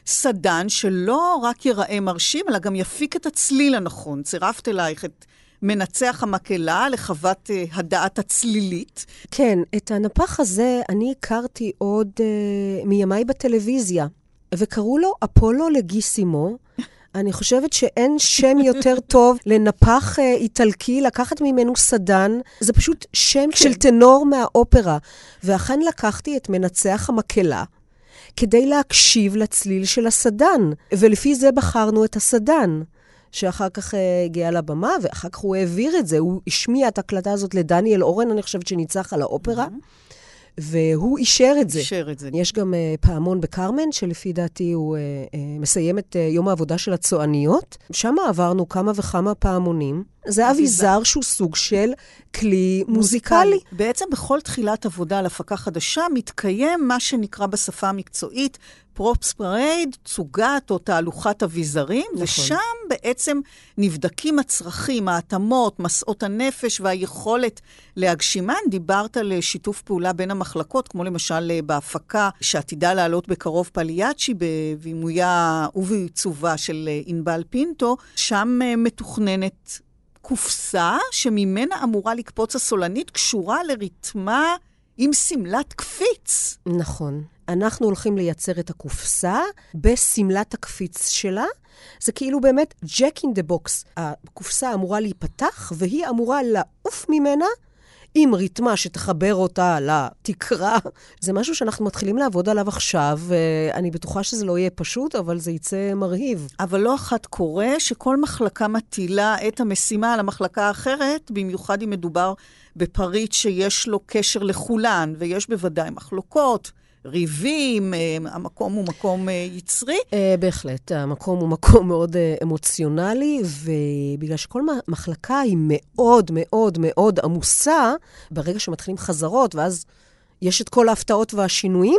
סדן שלא רק יראה מרשים, אלא גם יפיק את הצליל הנכון. צירפת אליי את מנצח המקהלה לחוות uh, הדעת הצלילית. כן, את הנפח הזה אני הכרתי עוד uh, מימיי בטלוויזיה, וקראו לו אפולו לגיסימו. אני חושבת שאין שם יותר טוב לנפח uh, איטלקי, לקחת ממנו סדן, זה פשוט שם כן. של טנור מהאופרה. ואכן לקחתי את מנצח המקהלה, כדי להקשיב לצליל של הסדן, ולפי זה בחרנו את הסדן. שאחר כך הגיע לבמה, ואחר כך הוא העביר את זה, הוא השמיע את הקלטה הזאת לדניאל אורן, אני חושבת שניצח על האופרה, mm-hmm. והוא אישר את זה. אישר את זה. יש גם uh, פעמון בקרמן, שלפי דעתי הוא uh, uh, מסיים את uh, יום העבודה של הצועניות. שם עברנו כמה וכמה פעמונים. זה אביזר שהוא סוג של כלי מוזיקלי. בעצם בכל תחילת עבודה על הפקה חדשה, מתקיים מה שנקרא בשפה המקצועית, פרופס פרייד, צוגת או תהלוכת אביזרים, נכון. ושם בעצם נבדקים הצרכים, ההתאמות, מסעות הנפש והיכולת להגשימן. דיברת על שיתוף פעולה בין המחלקות, כמו למשל בהפקה שעתידה לעלות בקרוב פליאצ'י, בבימויה ובעיצובה של אינבל פינטו, שם מתוכננת קופסה שממנה אמורה לקפוץ הסולנית, קשורה לריתמה עם סמלת קפיץ. נכון. אנחנו הולכים לייצר את הקופסה בסמלת הקפיץ שלה. זה כאילו באמת ג'ק אין דה בוקס. הקופסה אמורה להיפתח, והיא אמורה לעוף ממנה עם ריתמה שתחבר אותה לתקרה. זה משהו שאנחנו מתחילים לעבוד עליו עכשיו. אני בטוחה שזה לא יהיה פשוט, אבל זה יצא מרהיב. אבל לא אחת קורה שכל מחלקה מטילה את המשימה על המחלקה האחרת, במיוחד אם מדובר בפריט שיש לו קשר לכולן, ויש בוודאי מחלוקות, ריבים, המקום הוא מקום יצרי. בהחלט, המקום הוא מקום מאוד אמוציונלי, ובגלל שכל מחלקה היא מאוד מאוד מאוד עמוסה, ברגע שמתחילים חזרות, ואז יש את כל ההפתעות והשינויים,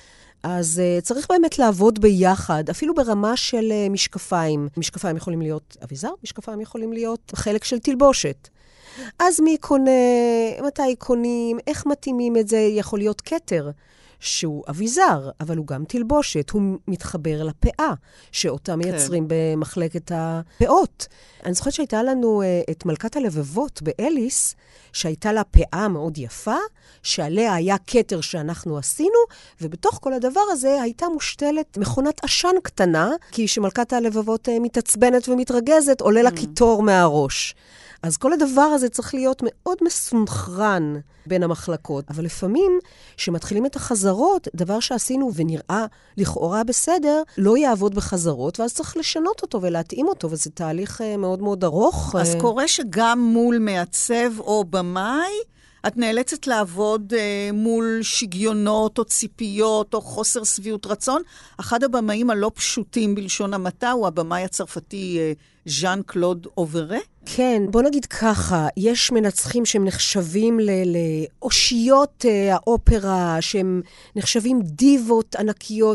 אז צריך באמת לעבוד ביחד, אפילו ברמה של משקפיים. משקפיים יכולים להיות אביזר, משקפיים יכולים להיות חלק של תלבושת. אז מי קונה, מתי קונים, איך מתאימים את זה, יכול להיות כתר. שהוא אביזר, אבל הוא גם תלבושת, הוא מתחבר לפאה, שאותה מייצרים כן. במחלקת הפאות. אני זוכרת שהייתה לנו uh, את מלכת הלבבות באליס, שהייתה לה פאה מאוד יפה, שעליה היה כתר שאנחנו עשינו, ובתוך כל הדבר הזה הייתה מושתלת מכונת עשן קטנה, כי שמלכת הלבבות uh, מתעצבנת ומתרגזת, עולה לה קיטור מהראש. אז כל הדבר הזה צריך להיות מאוד מסונכרן בין המחלקות. אבל לפעמים, שמתחילים את החזרות, דבר שעשינו ונראה לכאורה בסדר, לא יעבוד בחזרות, ואז צריך לשנות אותו ולהתאים אותו, וזה תהליך מאוד מאוד ארוך. אז קורה שגם מול מעצב או במאי, את נאלצת לעבוד אה, מול שגיונות או ציפיות או חוסר סביעות רצון. אחד הבמאים הלא פשוטים בלשון המעטה הוא הבמאי הצרפתי אה, ז'אן קלוד אוברה. כן, בוא נגיד ככה, יש מנצחים שהם נחשבים לאושיות אה, האופרה, שהם נחשבים דיבות ענקיות,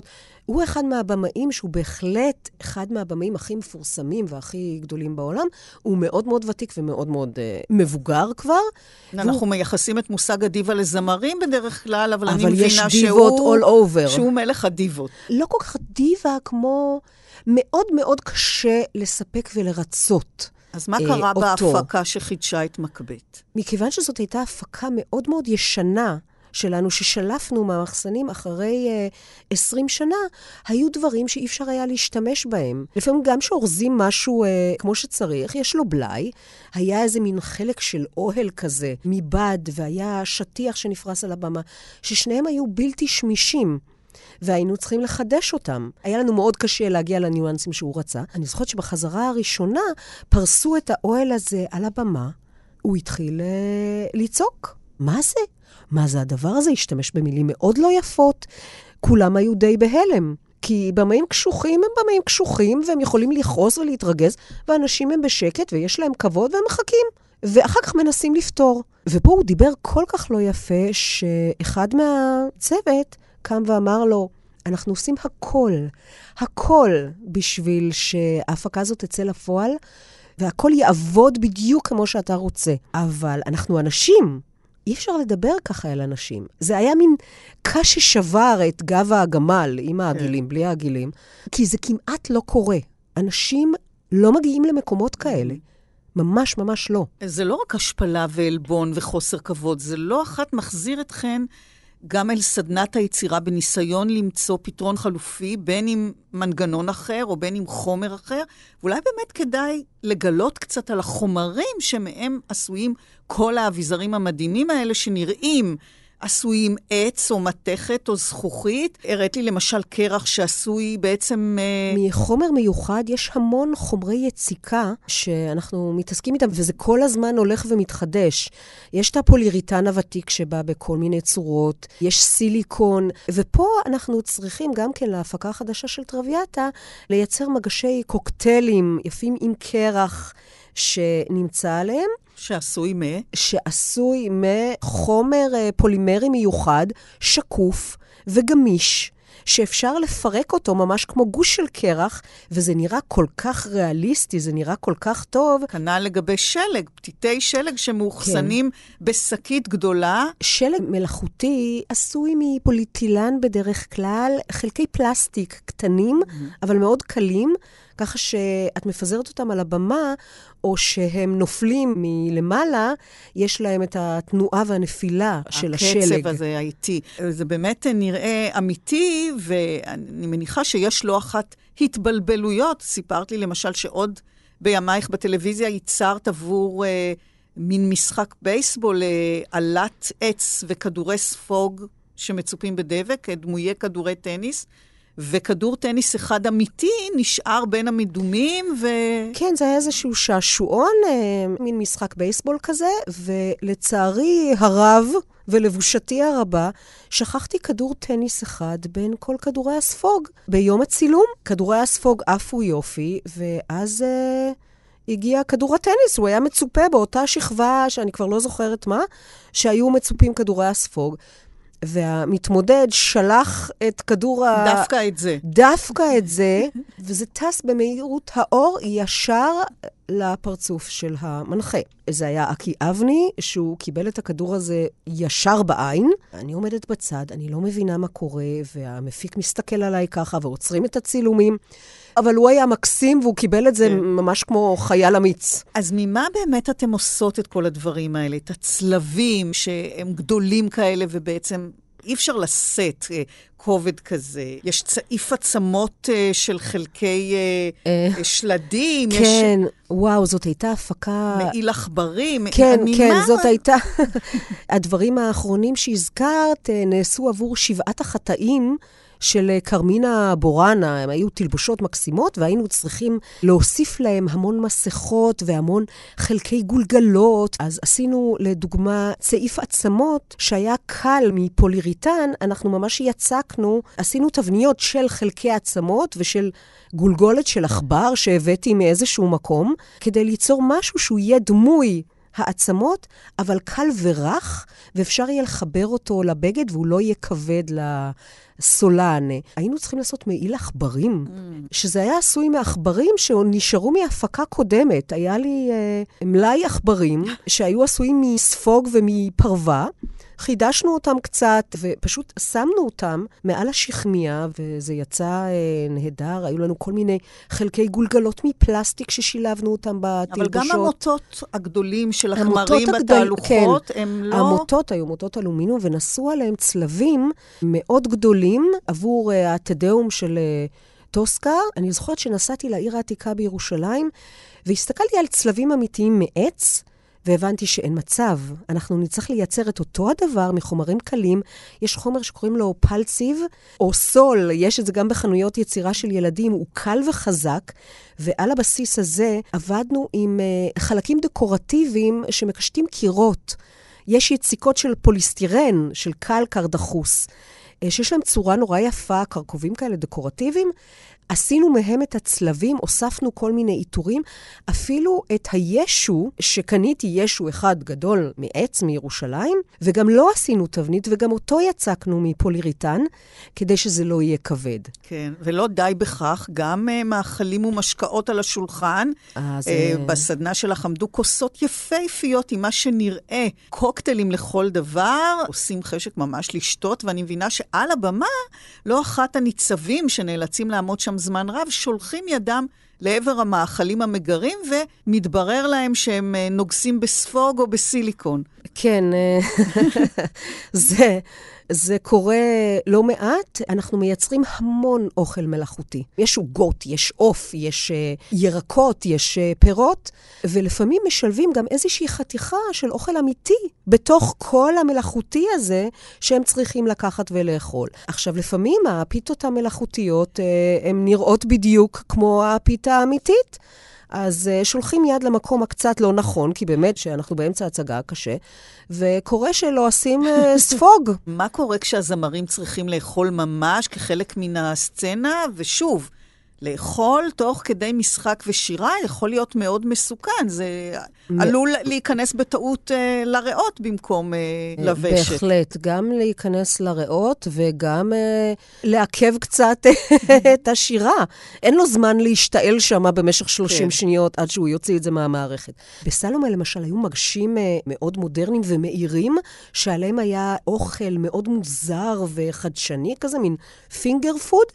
הוא אחד מהבמאים שהוא בהחלט אחד מהבמאים הכי מפורסמים והכי גדולים בעולם. הוא מאוד מאוד ותיק ומאוד מאוד uh, מבוגר כבר. אנחנו והוא... מייחסים את מושג הדיבה לזמרים בדרך כלל, אבל, אבל אני מבינה שהוא... אבל יש דיבות all over. שהוא מלך הדיבות. לא כל כך דיבה כמו... מאוד מאוד קשה לספק ולרצות. אז מה קרה אה, בהפקה שחידשה את מקבט? מכיוון שזאת הייתה הפקה מאוד מאוד ישנה שלנו, ששלפנו מהמחסנים אחרי אה, עשרים שנה, היו דברים שאי אפשר היה להשתמש בהם. לפעמים גם שאורזים משהו אה, כמו שצריך, יש לו בלי, היה איזה מין חלק של אוהל כזה, מבד, והיה שטיח שנפרס על הבמה, ששניהם היו בלתי שמישים. והיינו צריכים לחדש אותם. היה לנו מאוד קשה להגיע לניואנסים שהוא רצה. אני זוכרת שבחזרה הראשונה פרסו את האוהל הזה על הבמה. הוא התחיל אה, לצעוק. מה זה? מה זה הדבר הזה? השתמש במילים מאוד לא יפות. כולם היו די בהלם. כי במאים קשוחים הם במאים קשוחים, והם יכולים לכעוס ולהתרגז, ואנשים הם בשקט ויש להם כבוד והם מחכים. ואחר כך מנסים לפתור. ופה הוא דיבר כל כך לא יפה, שאחד מהצוות קם ואמר לו, אנחנו עושים הכל, הכל בשביל שההפקה הזאת תצא לפועל, והכל יעבוד בדיוק כמו שאתה רוצה. אבל אנחנו אנשים, אי אפשר לדבר ככה אל אנשים. זה היה מין קש ששבר את גב הגמל עם העגילים, בלי העגילים, כי זה כמעט לא קורה. אנשים לא מגיעים למקומות כאלה. ממש ממש לא. זה לא רק השפלה ואלבון וחוסר כבוד, זה לא אחת מחזיר אתכן גם אל סדנת היצירה בניסיון למצוא פתרון חלופי, בין עם מנגנון אחר או בין עם חומר אחר, ואולי באמת כדאי לגלות קצת על החומרים שמהם עשויים כל האביזרים המדהימים האלה שנראים עשויים עץ או מתכת או זכוכית. הראת לי למשל קרח שעשוי בעצם... מחומר מיוחד יש המון חומרי יציקה שאנחנו מתעסקים איתם, וזה כל הזמן הולך ומתחדש. יש את הפוליריטן הוותיק שבא בכל מיני צורות, יש סיליקון, ופה אנחנו צריכים גם כן להפקה החדשה של טרוויאטה, לייצר מגשי קוקטיילים יפים עם קרח שנמצא עליהם. שעשוי מה? שעשוי מחומר פולימרי מיוחד, שקוף וגמיש, שאפשר לפרק אותו ממש כמו גוש של קרח, וזה נראה כל כך ריאליסטי, זה נראה כל כך טוב. כנ"ל לגבי שלג, פתיתי שלג שמאוחסנים כן. בשקית גדולה. שלג מלאכותי עשוי מפוליטילן בדרך כלל, חלקי פלסטיק קטנים, mm-hmm. אבל מאוד קלים, ככה שאת מפזרת אותם על הבמה, או שהם נופלים מלמעלה, יש להם את התנועה והנפילה של השלג. הקצב הזה האיטי. זה באמת נראה אמיתי, ואני מניחה שיש לא אחת התבלבלויות. סיפרת לי למשל שעוד בימייך בטלוויזיה ייצרת עבור אה, מין משחק בייסבול, אה, עלת עץ וכדורי ספוג שמצופים בדבק, דמויי כדורי טניס, וכדור טניס אחד אמיתי נשאר בין המדומים ו... כן, זה היה איזשהו שעשועון, מין משחק בייסבול כזה, ולצערי הרב ולבושתי הרבה, שכחתי כדור טניס אחד בין כל כדורי הספוג. ביום הצילום, כדורי הספוג עפו יופי, ואז אה, הגיע כדור הטניס, הוא היה מצופה באותה שכבה, שאני כבר לא זוכרת מה, שהיו מצופים כדורי הספוג. והמתמודד שלח את כדור ה... דווקא את זה. דווקא את זה, וזה טס במהירות האור ישר לפרצוף של המנחה. זה היה אקי אבני, שהוא קיבל את הכדור הזה ישר בעין. אני עומדת בצד, אני לא מבינה מה קורה, והמפיק מסתכל עליי ככה, ועוצרים את הצילומים. אבל הוא היה מקסים, והוא קיבל את זה ממש כמו חייל אמיץ. אז ממה באמת אתם עושות את כל הדברים האלה? את הצלבים שהם גדולים כאלה, ובעצם אי אפשר לשאת כובד כזה. יש צעיף עצמות של חלקי שלדים. כן, וואו, זאת הייתה הפקה... מעיל עכברים. כן, כן, זאת הייתה... הדברים האחרונים שהזכרת נעשו עבור שבעת החטאים, של קרמינה בורנה. הם היו תלבושות מקסימות, והיינו צריכים להוסיף להם המון מסכות והמון חלקי גולגלות. אז עשינו לדוגמה צעיף עצמות שהיה קל מפוליריטן, אנחנו ממש יצקנו, עשינו תבניות של חלקי עצמות ושל גולגולת של עכבר שהבאתי מאיזשהו מקום, כדי ליצור משהו שהוא יהיה דמוי העצמות, אבל קל ורח, ואפשר יהיה לחבר אותו לבגד, והוא לא יהיה כבד לסולן. היינו צריכים לעשות מעיל עכברים, mm. שזה היה עשוי מעכברים שנשארו מהפקה קודמת. היה לי uh, מלאי עכברים שהיו עשויים מספוג ומפרווה, חידשנו אותם קצת, ופשוט שמנו אותם מעל השכמיה, וזה יצא אה, נהדר. היו לנו כל מיני חלקי גולגלות מפלסטיק ששילבנו אותם בתלבושות. אבל גם המוטות הגדולים של החמרים בתהלוכות, כן. הם לא... המוטות היו מוטות אלומיניום, ונסו עליהם צלבים מאוד גדולים עבור אה, התדאום של אה, טוסקה. אני זוכרת שנסעתי לעיר העתיקה בירושלים, והסתכלתי על צלבים אמיתיים מעץ, והבנתי שאין מצב. אנחנו נצטרך לייצר את אותו הדבר מחומרים קלים. יש חומר שקוראים לו פלציב, או סול, יש את זה גם בחנויות יצירה של ילדים, הוא קל וחזק, ועל הבסיס הזה עבדנו עם uh, חלקים דקורטיביים שמקשטים קירות. יש יציקות של פוליסטירן, של קלקר דחוס, uh, שיש להם צורה נורא יפה, קרקובים כאלה דקורטיביים, עשינו מהם את הצלבים, הוספנו כל מיני עיטורים, אפילו את הישו, שקניתי ישו אחד גדול מעץ מירושלים, וגם לא עשינו תבנית, וגם אותו יצקנו מפוליריטן, כדי שזה לא יהיה כבד. כן, ולא די בכך, גם uh, מאכלים ומשקאות על השולחן, אז, uh, בסדנה שלך עמדו כוסות יפהפיות עם מה שנראה, קוקטיילים לכל דבר, עושים חשק ממש לשתות, ואני מבינה שעל הבמה, לא אחת הניצבים שנאלצים לעמוד שם זמן רב, שולחים ידם לעבר המאכלים המגרים, ומתברר להם שהם נוגסים בספוג או בסיליקון. כן, זה... זה קורה לא מעט, אנחנו מייצרים המון אוכל מלאכותי. יש עוגות, יש עוף, יש uh, ירקות, יש uh, פירות, ולפעמים משלבים גם איזושהי חתיכה של אוכל אמיתי, בתוך כל המלאכותי הזה, שהם צריכים לקחת ולאכול. עכשיו, לפעמים הפיתות המלאכותיות, uh, הן נראות בדיוק כמו הפיתה האמיתית, אז uh, שולחים יד למקום הקצת לא נכון, כי באמת שאנחנו באמצע הצגה קשה, וקורה שלא עושים uh, ספוג. מה קורה כשהזמרים צריכים לאכול ממש כחלק מן הסצנה? ושוב, לאכול תוך כדי משחק ושירה יכול להיות מאוד מסוכן. זה מ... עלול להיכנס בטעות uh, לריאות במקום uh, לבשת. בהחלט, גם להיכנס לריאות וגם uh, לעכב קצת את השירה. אין לו זמן להשתעל שמה במשך שלושים כן. שניות עד שהוא יוציא את זה מהמערכת. בסלומה למשל היו מגשים uh, מאוד מודרניים ומאירים, שעליהם היה אוכל מאוד מוזר וחדשני, כזה מין פינגר פוד,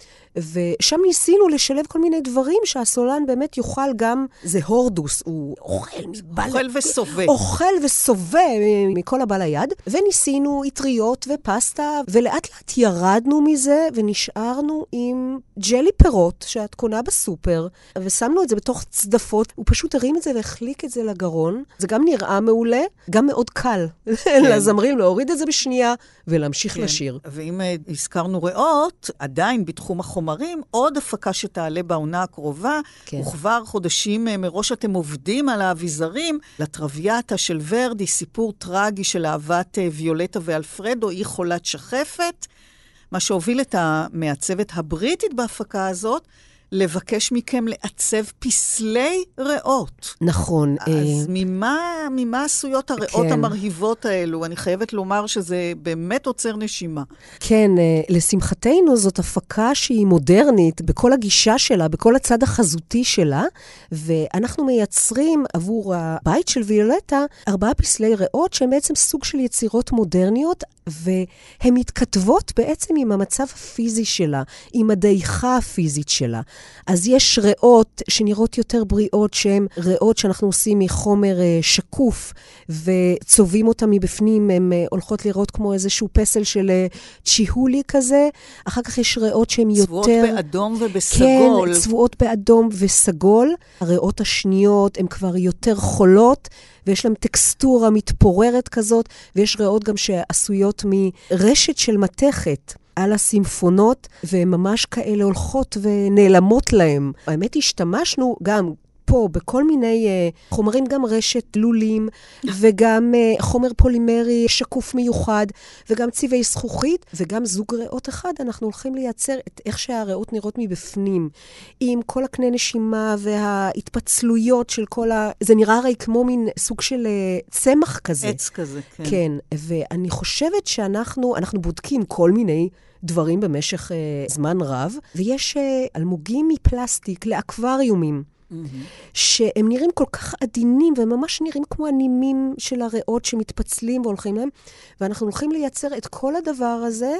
ושם ניסינו לשלב כל מיני דברים שהסולן באמת יוכל גם, זה הורדוס, הוא אוכל מבעל... אוכל וסובה. אוכל וסובה מכל הבעל היד, וניסינו יטריות ופסטה, ולאט לאט ירדנו מזה, ונשארנו עם ג'לי פירות שאת קונה בסופר, ושמנו את זה בתוך צדפות, הוא פשוט הרים את זה והחליק את זה לגרון, זה גם נראה מעולה, גם מאוד קל כן. לזמרים להוריד את זה בשנייה, ולהמשיך כן. לשיר. ואם הזכרנו ריאות, עדיין בתחום החומרים, חומרים, עוד הפקה שתעלה בעונה הקרובה, כן. וכבר חודשים מראש אתם עובדים על האביזרים, לטרוויאטה של ורדי, סיפור טרגי של אהבת ויולטה ואלפרדו, היא חולת שחפת, מה שהוביל את המעצבת הבריטית בהפקה הזאת, לבקש מכם לעצב פסלי ריאות. נכון. אז ממה, ממה עשויות הריאות כן. המרהיבות האלו? אני חייבת לומר שזה באמת עוצר נשימה. כן, לשמחתנו זאת הפקה שהיא מודרנית, בכל הגישה שלה, בכל הצד החזותי שלה, ואנחנו מייצרים עבור הבית של ויולטה ארבעה פסלי ריאות, שהם בעצם סוג של יצירות מודרניות, והן מתכתבות בעצם עם המצב הפיזי שלה, עם הדעיכה הפיזית שלה. אז יש ריאות שנראות יותר בריאות, שהן ריאות שאנחנו עושים מחומר שקוף, וצובעים אותם מבפנים, הן הולכות לראות כמו איזשהו פסל של צ'יהולי כזה. אחר כך יש ריאות שהן יותר... צבועות באדום ובסגול. כן, צבועות באדום וסגול. הריאות השניות הן כבר יותר חולות, ויש להם טקסטורה מתפוררת כזאת, ויש ריאות גם שעשויות מרשת של מתכת על הסימפונות, והן ממש כאלה הולכות ונעלמות להם. האמת, השתמשנו גם פה בכל מיני uh, חומרים, גם רשת לולים, וגם uh, חומר פולימרי שקוף מיוחד, וגם צבעי זכוכית, וגם זוג ריאות אחד, אנחנו הולכים לייצר את איך שהריאות נראות מבפנים, עם כל הקנה נשימה וההתפצלויות של כל ה... זה נראה הרי כמו מין סוג של uh, צמח כזה. עץ כזה, כן. כן, ואני חושבת שאנחנו, אנחנו בודקים כל מיני דברים במשך uh, זמן רב, ויש uh, אלמוגים מפלסטיק לאקווריומים, mm-hmm. שהם נראים כל כך עדינים, והם ממש נראים כמו הנימים של הריאות שמתפצלים והולכים להם, ואנחנו הולכים לייצר את כל הדבר הזה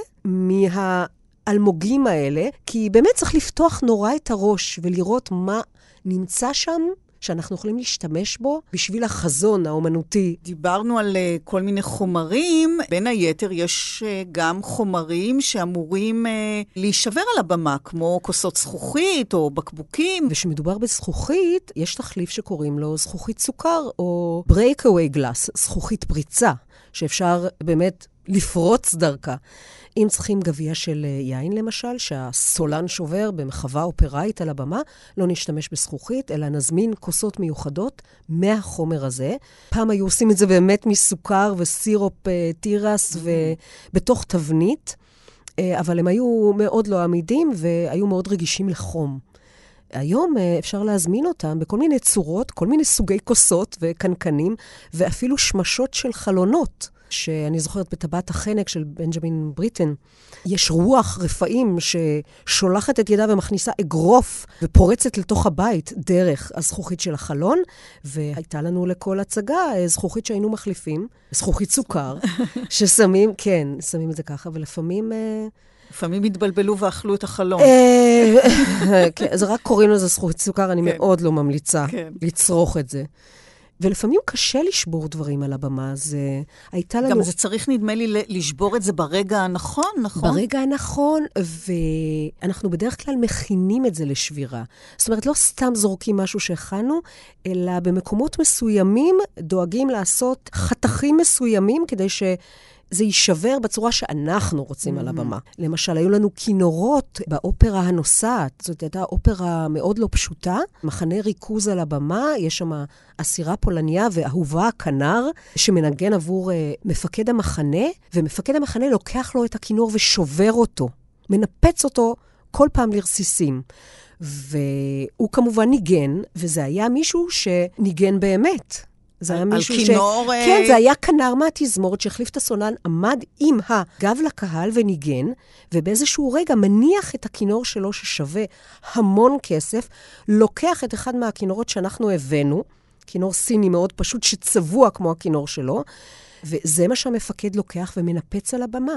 מהאלמוגים האלה, כי באמת צריך לפתוח נורא את הראש, ולראות מה נמצא שם, שאנחנו יכולים להשתמש בו בשביל החזון האומנותי. דיברנו על uh, כל מיני חומרים, בין היתר יש uh, גם חומרים שאמורים uh, להישבר על הבמה, כמו כוסות זכוכית או בקבוקים. ושמדובר בזכוכית, יש תחליף שקוראים לו זכוכית סוכר, או breakaway glass, זכוכית פריצה, שאפשר באמת לפרוץ דרכה. אם צריכים גביע של יין למשל, שהסולן שובר במחווה אופראית על הבמה, לא נשתמש בזכוכית, אלא נזמין כוסות מיוחדות מהחומר הזה. פעם היו עושים את זה באמת מסוכר וסירופ תירס ובתוך תבנית, אבל הם היו מאוד לא עמידים והיו מאוד רגישים לחום. היום אפשר להזמין אותם בכל מיני צורות, כל מיני סוגי כוסות וקנקנים, ואפילו שמשות של חלונות. שאני זוכרת בטבעת החנק של בנג'מין בריטן, יש רוח רפאים ששולחת את ידה ומכניסה אגרוף ופורצת לתוך הבית דרך הזכוכית של החלון, והייתה לנו לכל הצגה זכוכית שהיינו מחליפים, זכוכית סוכר, ששמים, כן, שמים את זה ככה, ולפעמים... לפעמים התבלבלו ואכלו את החלון. אז רק קוראים לזה זכוכית סוכר, אני מאוד לא ממליצה לצרוך את זה. ולפעמים קשה לשבור דברים על הבמה, אז הייתה לנו... גם זה צריך, נדמה לי, לשבור את זה ברגע הנכון, נכון? ברגע הנכון, ואנחנו בדרך כלל מכינים את זה לשבירה. זאת אומרת, לא סתם זורקים משהו שהכנו, אלא במקומות מסוימים דואגים לעשות חתכים מסוימים, כדי ש... זה יישבר בצורה שאנחנו רוצים mm-hmm. על הבמה. למשל, היו לנו כינורות באופרה הנוסעת. זאת הייתה אופרה מאוד לא פשוטה. מחנה ריכוז על הבמה, יש שם אסירה פולניה ואהובה כנר, שמנגן עבור uh, מפקד המחנה, ומפקד המחנה לוקח לו את הכינור ושובר אותו. מנפץ אותו כל פעם לרסיסים. והוא כמובן ניגן, וזה היה מישהו שניגן באמת. זה היה מישהו ש... כינור... כן, זה היה כנר מהתזמורת שהחליף את הסולן, עמד עם הגב לקהל וניגן, ובאיזשהו רגע מניח את הכינור שלו ששווה המון כסף, לוקח את אחד מהכינורות שאנחנו הבאנו, כינור סיני מאוד פשוט שצבוע כמו הכינור שלו, וזה מה שהמפקד לוקח ומנפץ על הבמה.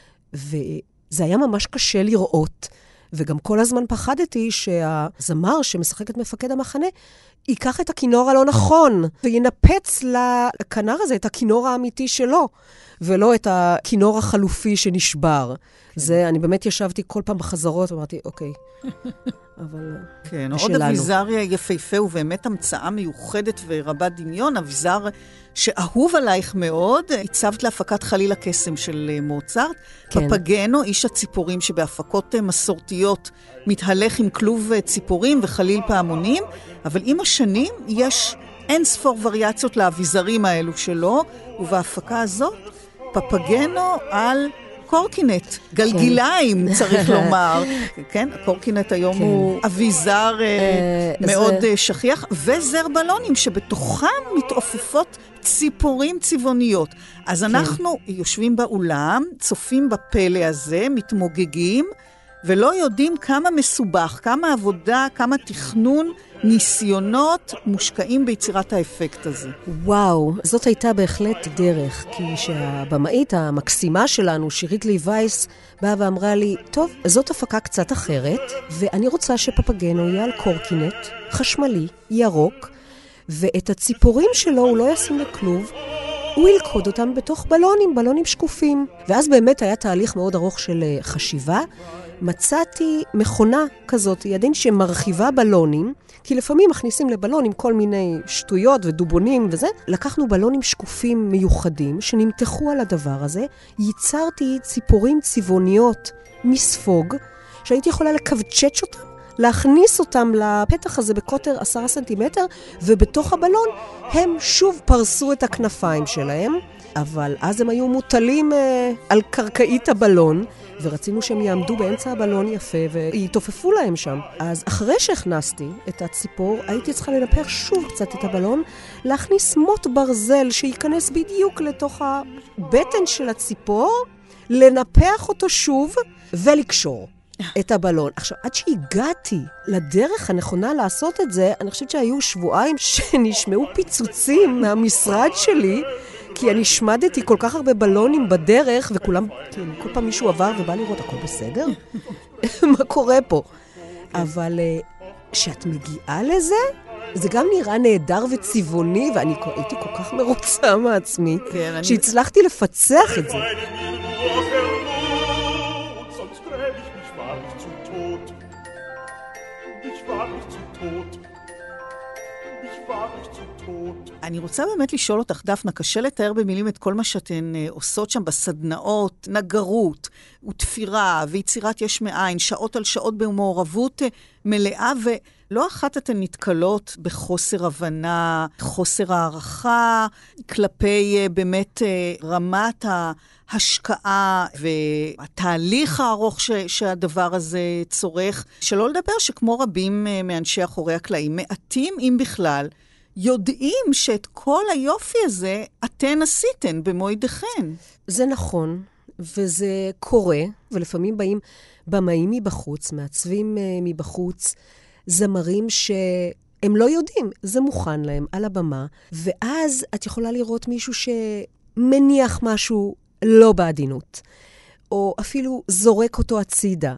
וזה היה ממש קשה לראות, וגם כל הזמן פחדתי שהזמר שמשחק את מפקד המחנה, ייקח את הכינור הלא נכון, וינפץ לכנר הזה את הכינור האמיתי שלו, ולא את הכינור החלופי שנשבר. כן. זה, אני באמת ישבתי כל פעם בחזרות, ואמרתי, אוקיי, אבל כן, עוד אביזר יפהפה, הוא באמת המצאה מיוחדת ורבת דמיון, אביזר שאהוב עלייך מאוד, הצבת להפקת חליל הקסם של מוצרט, כן. פפגנו, איש הציפורים שבהפקות מסורתיות מתהלך עם כלוב ציפורים וחליל פעמונים, אבל עם השנים יש אין ספור וריאציות לאביזרים האלו שלו, ובהפקה הזאת פפגנו על קורקינט, גלגיליים כן. צריך לומר, כן, הקורקינט היום כן. הוא אביזר uh, מאוד זה... שכיח, וזר בלונים שבתוכם מתעופפות ציפורים צבעוניות. אז כן. אנחנו יושבים באולם, צופים בפלא הזה, מתמוגגים, ולא יודעים כמה מסובך, כמה עבודה, כמה תכנון, ניסיונות מושקעים ביצירת האפקט הזה. וואו, זאת הייתה בהחלט דרך, כי שהבמאית המקסימה שלנו, שירית לי וייס, באה ואמרה לי, טוב, זאת הפקה קצת אחרת, ואני רוצה שפפגנו יהיה על קורקינט, חשמלי, ירוק, ואת הציפורים שלו הוא לא ישים לכלוב, הוא ילכוד אותם בתוך בלונים, בלונים שקופים. ואז באמת היה תהליך מאוד ארוך של חשיבה. מצאתי מכונה כזאת, ידין שמרחיבה בלונים, כי לפעמים מכניסים לבלונים כל מיני שטויות ודובונים וזה. לקחנו בלונים שקופים מיוחדים שנמתחו על הדבר הזה. ייצרתי ציפורים צבעוניות מספוג, שהייתי יכולה לקבצ'ץ' אותם להכניס אותם לפתח הזה בקוטר עשרה סנטימטר, ובתוך הבלון הם שוב פרסו את הכנפיים שלהם, אבל אז הם היו מוטלים אה, על קרקעית הבלון, ורצינו שהם יעמדו באמצע הבלון יפה ויתופפו להם שם. אז אחרי שהכנסתי את הציפור, הייתי צריכה לנפח שוב קצת את הבלון, להכניס מוט ברזל שייכנס בדיוק לתוך הבטן של הציפור, לנפח אותו שוב ולקשור את הבלון. עכשיו, עד שהגעתי לדרך הנכונה לעשות את זה, אני חושבת שהיו שבועיים שנשמעו פיצוצים מהמשרד שלי, כי אני שמדתי כל כך הרבה בלונים בדרך, וכולם, כן, כל פעם מישהו עבר ובא לראות, הכל בסדר? מה קורה פה? אבל כשאת מגיעה לזה, זה גם נראה נהדר וצבעוני, ואני הייתי כל כך מרוצה מעצמי, כן, שהצלחתי אני... לפצח את זה. אני רוצה באמת לשאול אותך, דפנה, קשה לתאר במילים את כל מה שאתן עושות שם בסדנאות, נגרות ותפירה ויצירת יש מאין, שעות על שעות במעורבות מלאה, ולא אחת אתן נתקלות בחוסר הבנה, חוסר הערכה, כלפי באמת רמת ההשקעה והתהליך הארוך ש- שהדבר הזה צורך. שלא לדבר שכמו רבים מאנשי אחורי הקלעים, מעטים אם בכלל, יודעים שאת כל היופי הזה אתן עשיתן במועדכן. זה נכון, וזה קורה, ולפעמים באים במאים מבחוץ, מעצבים מבחוץ, זמרים שהם לא יודעים, זה מוכן להם על הבמה, ואז את יכולה לראות מישהו שמניח משהו לא בעדינות, או אפילו זורק אותו הצידה.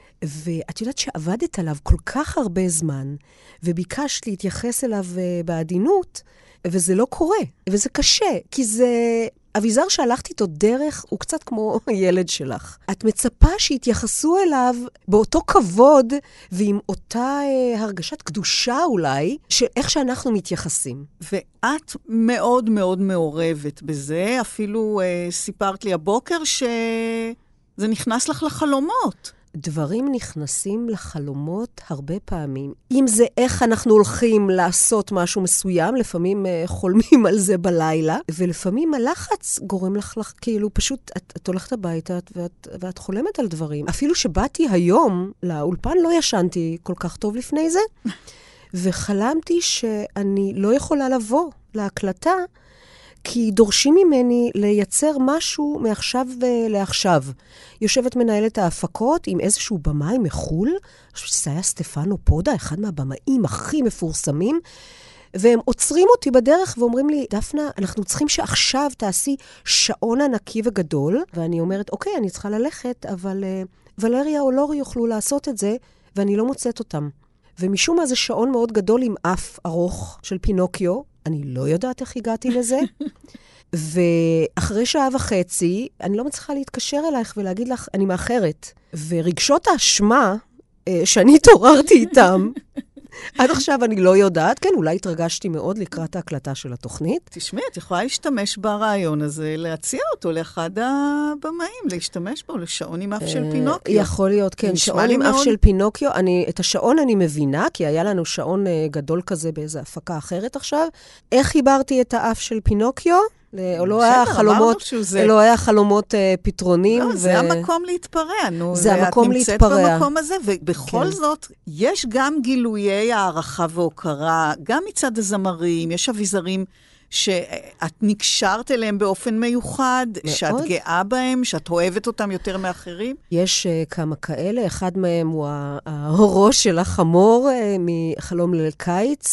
ואת יודעת שעבדת עליו כל כך הרבה זמן, וביקשת להתייחס אליו בעדינות, וזה לא קורה, וזה קשה, כי זה... אביזר שהלכת איתו דרך הוא קצת כמו ילד שלך. את מצפה שיתייחסו אליו באותו כבוד, ועם אותה אה, הרגשת קדושה אולי, של איך שאנחנו מתייחסים. ואת מאוד מאוד מעורבת בזה, אפילו אה, סיפרת לי הבוקר שזה נכנס לך לחלומות. דברים נכנסים לחלומות הרבה פעמים. אם זה איך אנחנו הולכים לעשות משהו מסוים, לפעמים uh, חולמים על זה בלילה, ולפעמים הלחץ גורם לך, לך כאילו פשוט, את, את הולכת הביתה ואת, ואת חולמת על דברים. אפילו שבאתי היום לאולפן, לא ישנתי כל כך טוב לפני זה, וחלמתי שאני לא יכולה לבוא להקלטה, כי דורשים ממני לייצר משהו מעכשיו לעכשיו. יושבת מנהלת ההפקות עם איזשהו במאי מחול, אני חושבת שזה היה סטפנו פודה, אחד מהבמאים הכי מפורסמים, והם עוצרים אותי בדרך ואומרים לי, דפנה, אנחנו צריכים שעכשיו תעשי שעון ענקי וגדול, ואני אומרת, אוקיי, אני צריכה ללכת, אבל uh, ולריה או לורי יוכלו לעשות את זה, ואני לא מוצאת אותם. ומשום מה זה שעון מאוד גדול עם אף ארוך של פינוקיו, אני לא יודעת איך הגעתי לזה, ואחרי שעה וחצי, אני לא מצליחה להתקשר אלייך ולהגיד לך, אני מאחרת. ורגשות האשמה שאני התעוררתי איתם, עד עכשיו אני לא יודעת, כן, אולי התרגשתי מאוד לקראת ההקלטה של התוכנית. תשמעי, את יכולה להשתמש ברעיון הזה, להציע אותו לאחד הבמאים, להשתמש בו, לשעון עם אף של פינוקיו. יכול להיות, כן, שעון עם אף של פינוקיו. את השעון אני מבינה, כי היה לנו שעון גדול כזה באיזו הפקה אחרת עכשיו. איך חיברתי את האף של פינוקיו? לא היה חלומות, לא היה חלומות פתרונים. לא, זה המקום להתפרע, נו. זה המקום להתפרע. את נמצאת במקום הזה, ובכל זאת, יש גם גילויי הערכה והוקרה, גם מצד הזמרים, יש אביזרים שאת נקשרת אליהם באופן מיוחד, שאת גאה בהם, שאת אוהבת אותם יותר מאחרים? יש כמה כאלה, אחד מהם הוא הראש של החמור מחלום ליל קיץ,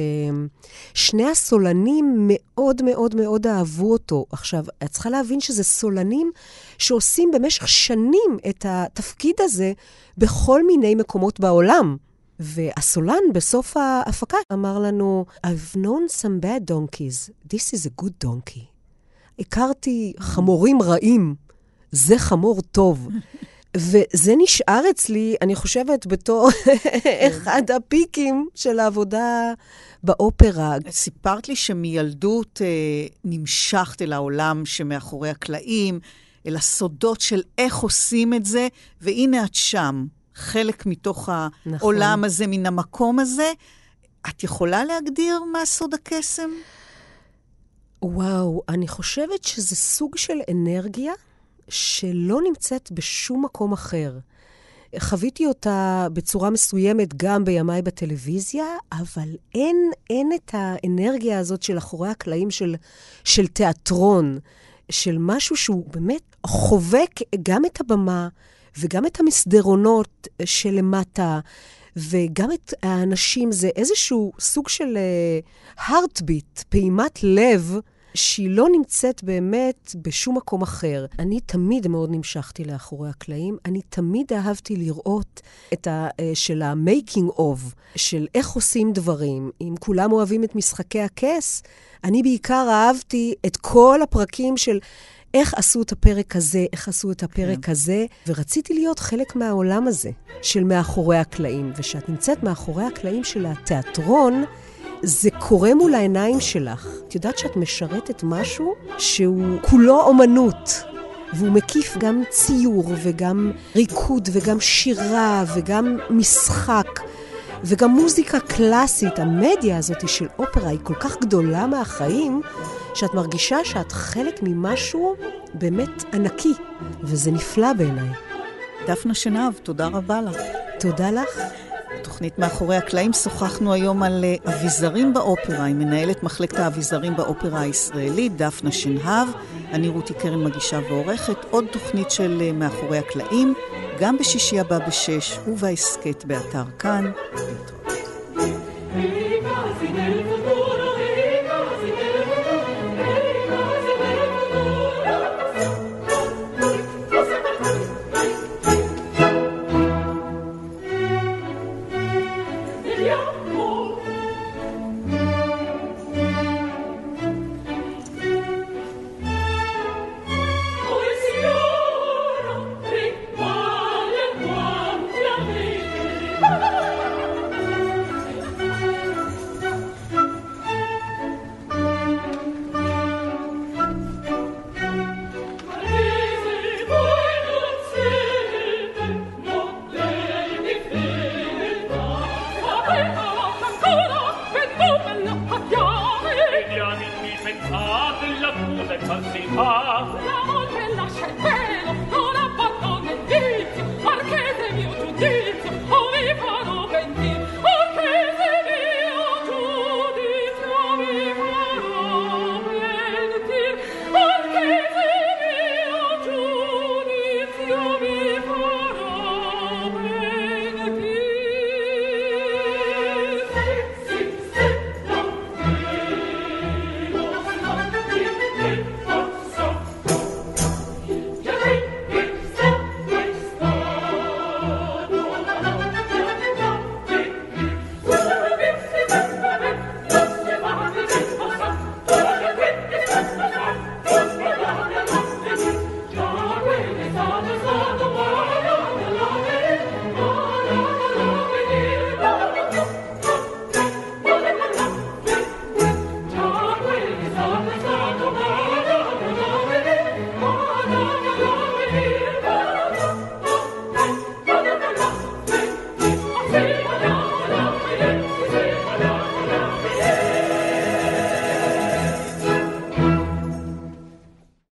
ששני הסולנים מאוד מאוד מאוד אהבו אותו. עכשיו, את צריכה להבין שזה סולנים שעושים במשך שנים את התפקיד הזה בכל מיני מקומות בעולם. והסולן בסוף ההפקה אמר לנו, I've known some bad donkeys, this is a good donkey. הכרתי חמורים רעים, זה חמור טוב. וזה נשאר אצלי, אני חושבת, בתור אחד הפיקים של העבודה באופרה. סיפרת לי שמילדות אה, נמשכת אל העולם שמאחורי הקלעים, אל הסודות של איך עושים את זה, והנה את שם. חלק מתוך נכון. העולם הזה, מן המקום הזה. את יכולה להגדיר מה סוד הקסם? וואו, אני חושבת שזה סוג של אנרגיה שלא נמצאת בשום מקום אחר. חוויתי אותה בצורה מסוימת גם בימיי בטלוויזיה, אבל אין, אין את האנרגיה הזאת של אחורי הקלעים של, של תיאטרון, של משהו שהוא באמת חובק גם את הבמה וגם את המסדרונות שלמטה, וגם את האנשים. זה איזשהו סוג של heartbeat, פעימת לב, שהיא לא נמצאת באמת בשום מקום אחר. אני תמיד מאוד נמשכתי לאחורי הקלעים. אני תמיד אהבתי לראות את ה... של ה-making of, של איך עושים דברים. אם כולם אוהבים את משחקי הכס, אני בעיקר אהבתי את כל הפרקים של איך עשו את הפרק הזה, איך עשו את הפרק כן. הזה, ורציתי להיות חלק מהעולם הזה, של מאחורי הקלעים. ושאת נמצאת מאחורי הקלעים של התיאטרון, זה קורה מול העיניים שלך. את יודעת שאת משרתת משהו שהוא כולו אומנות, והוא מקיף גם ציור וגם ריקוד וגם שירה וגם משחק וגם מוזיקה קלאסית. המדיה הזאת של אופרה היא כל כך גדולה מהחיים, שאת מרגישה שאת חלק ממשהו באמת ענקי, וזה נפלא בעיניי. דפנה שנהב, תודה רבה לך. תודה לך. בתוכנית מאחורי הקלעים שוחחנו היום על אביזרים באופרה, עם מנהלת מחלקת האביזרים באופרה הישראלית, דפנה שנהב. אני רותי קרן מגישה ועורכת. עוד תוכנית של מאחורי הקלעים, גם בשישי הבא בשש, ובהסקט באתר כאן. La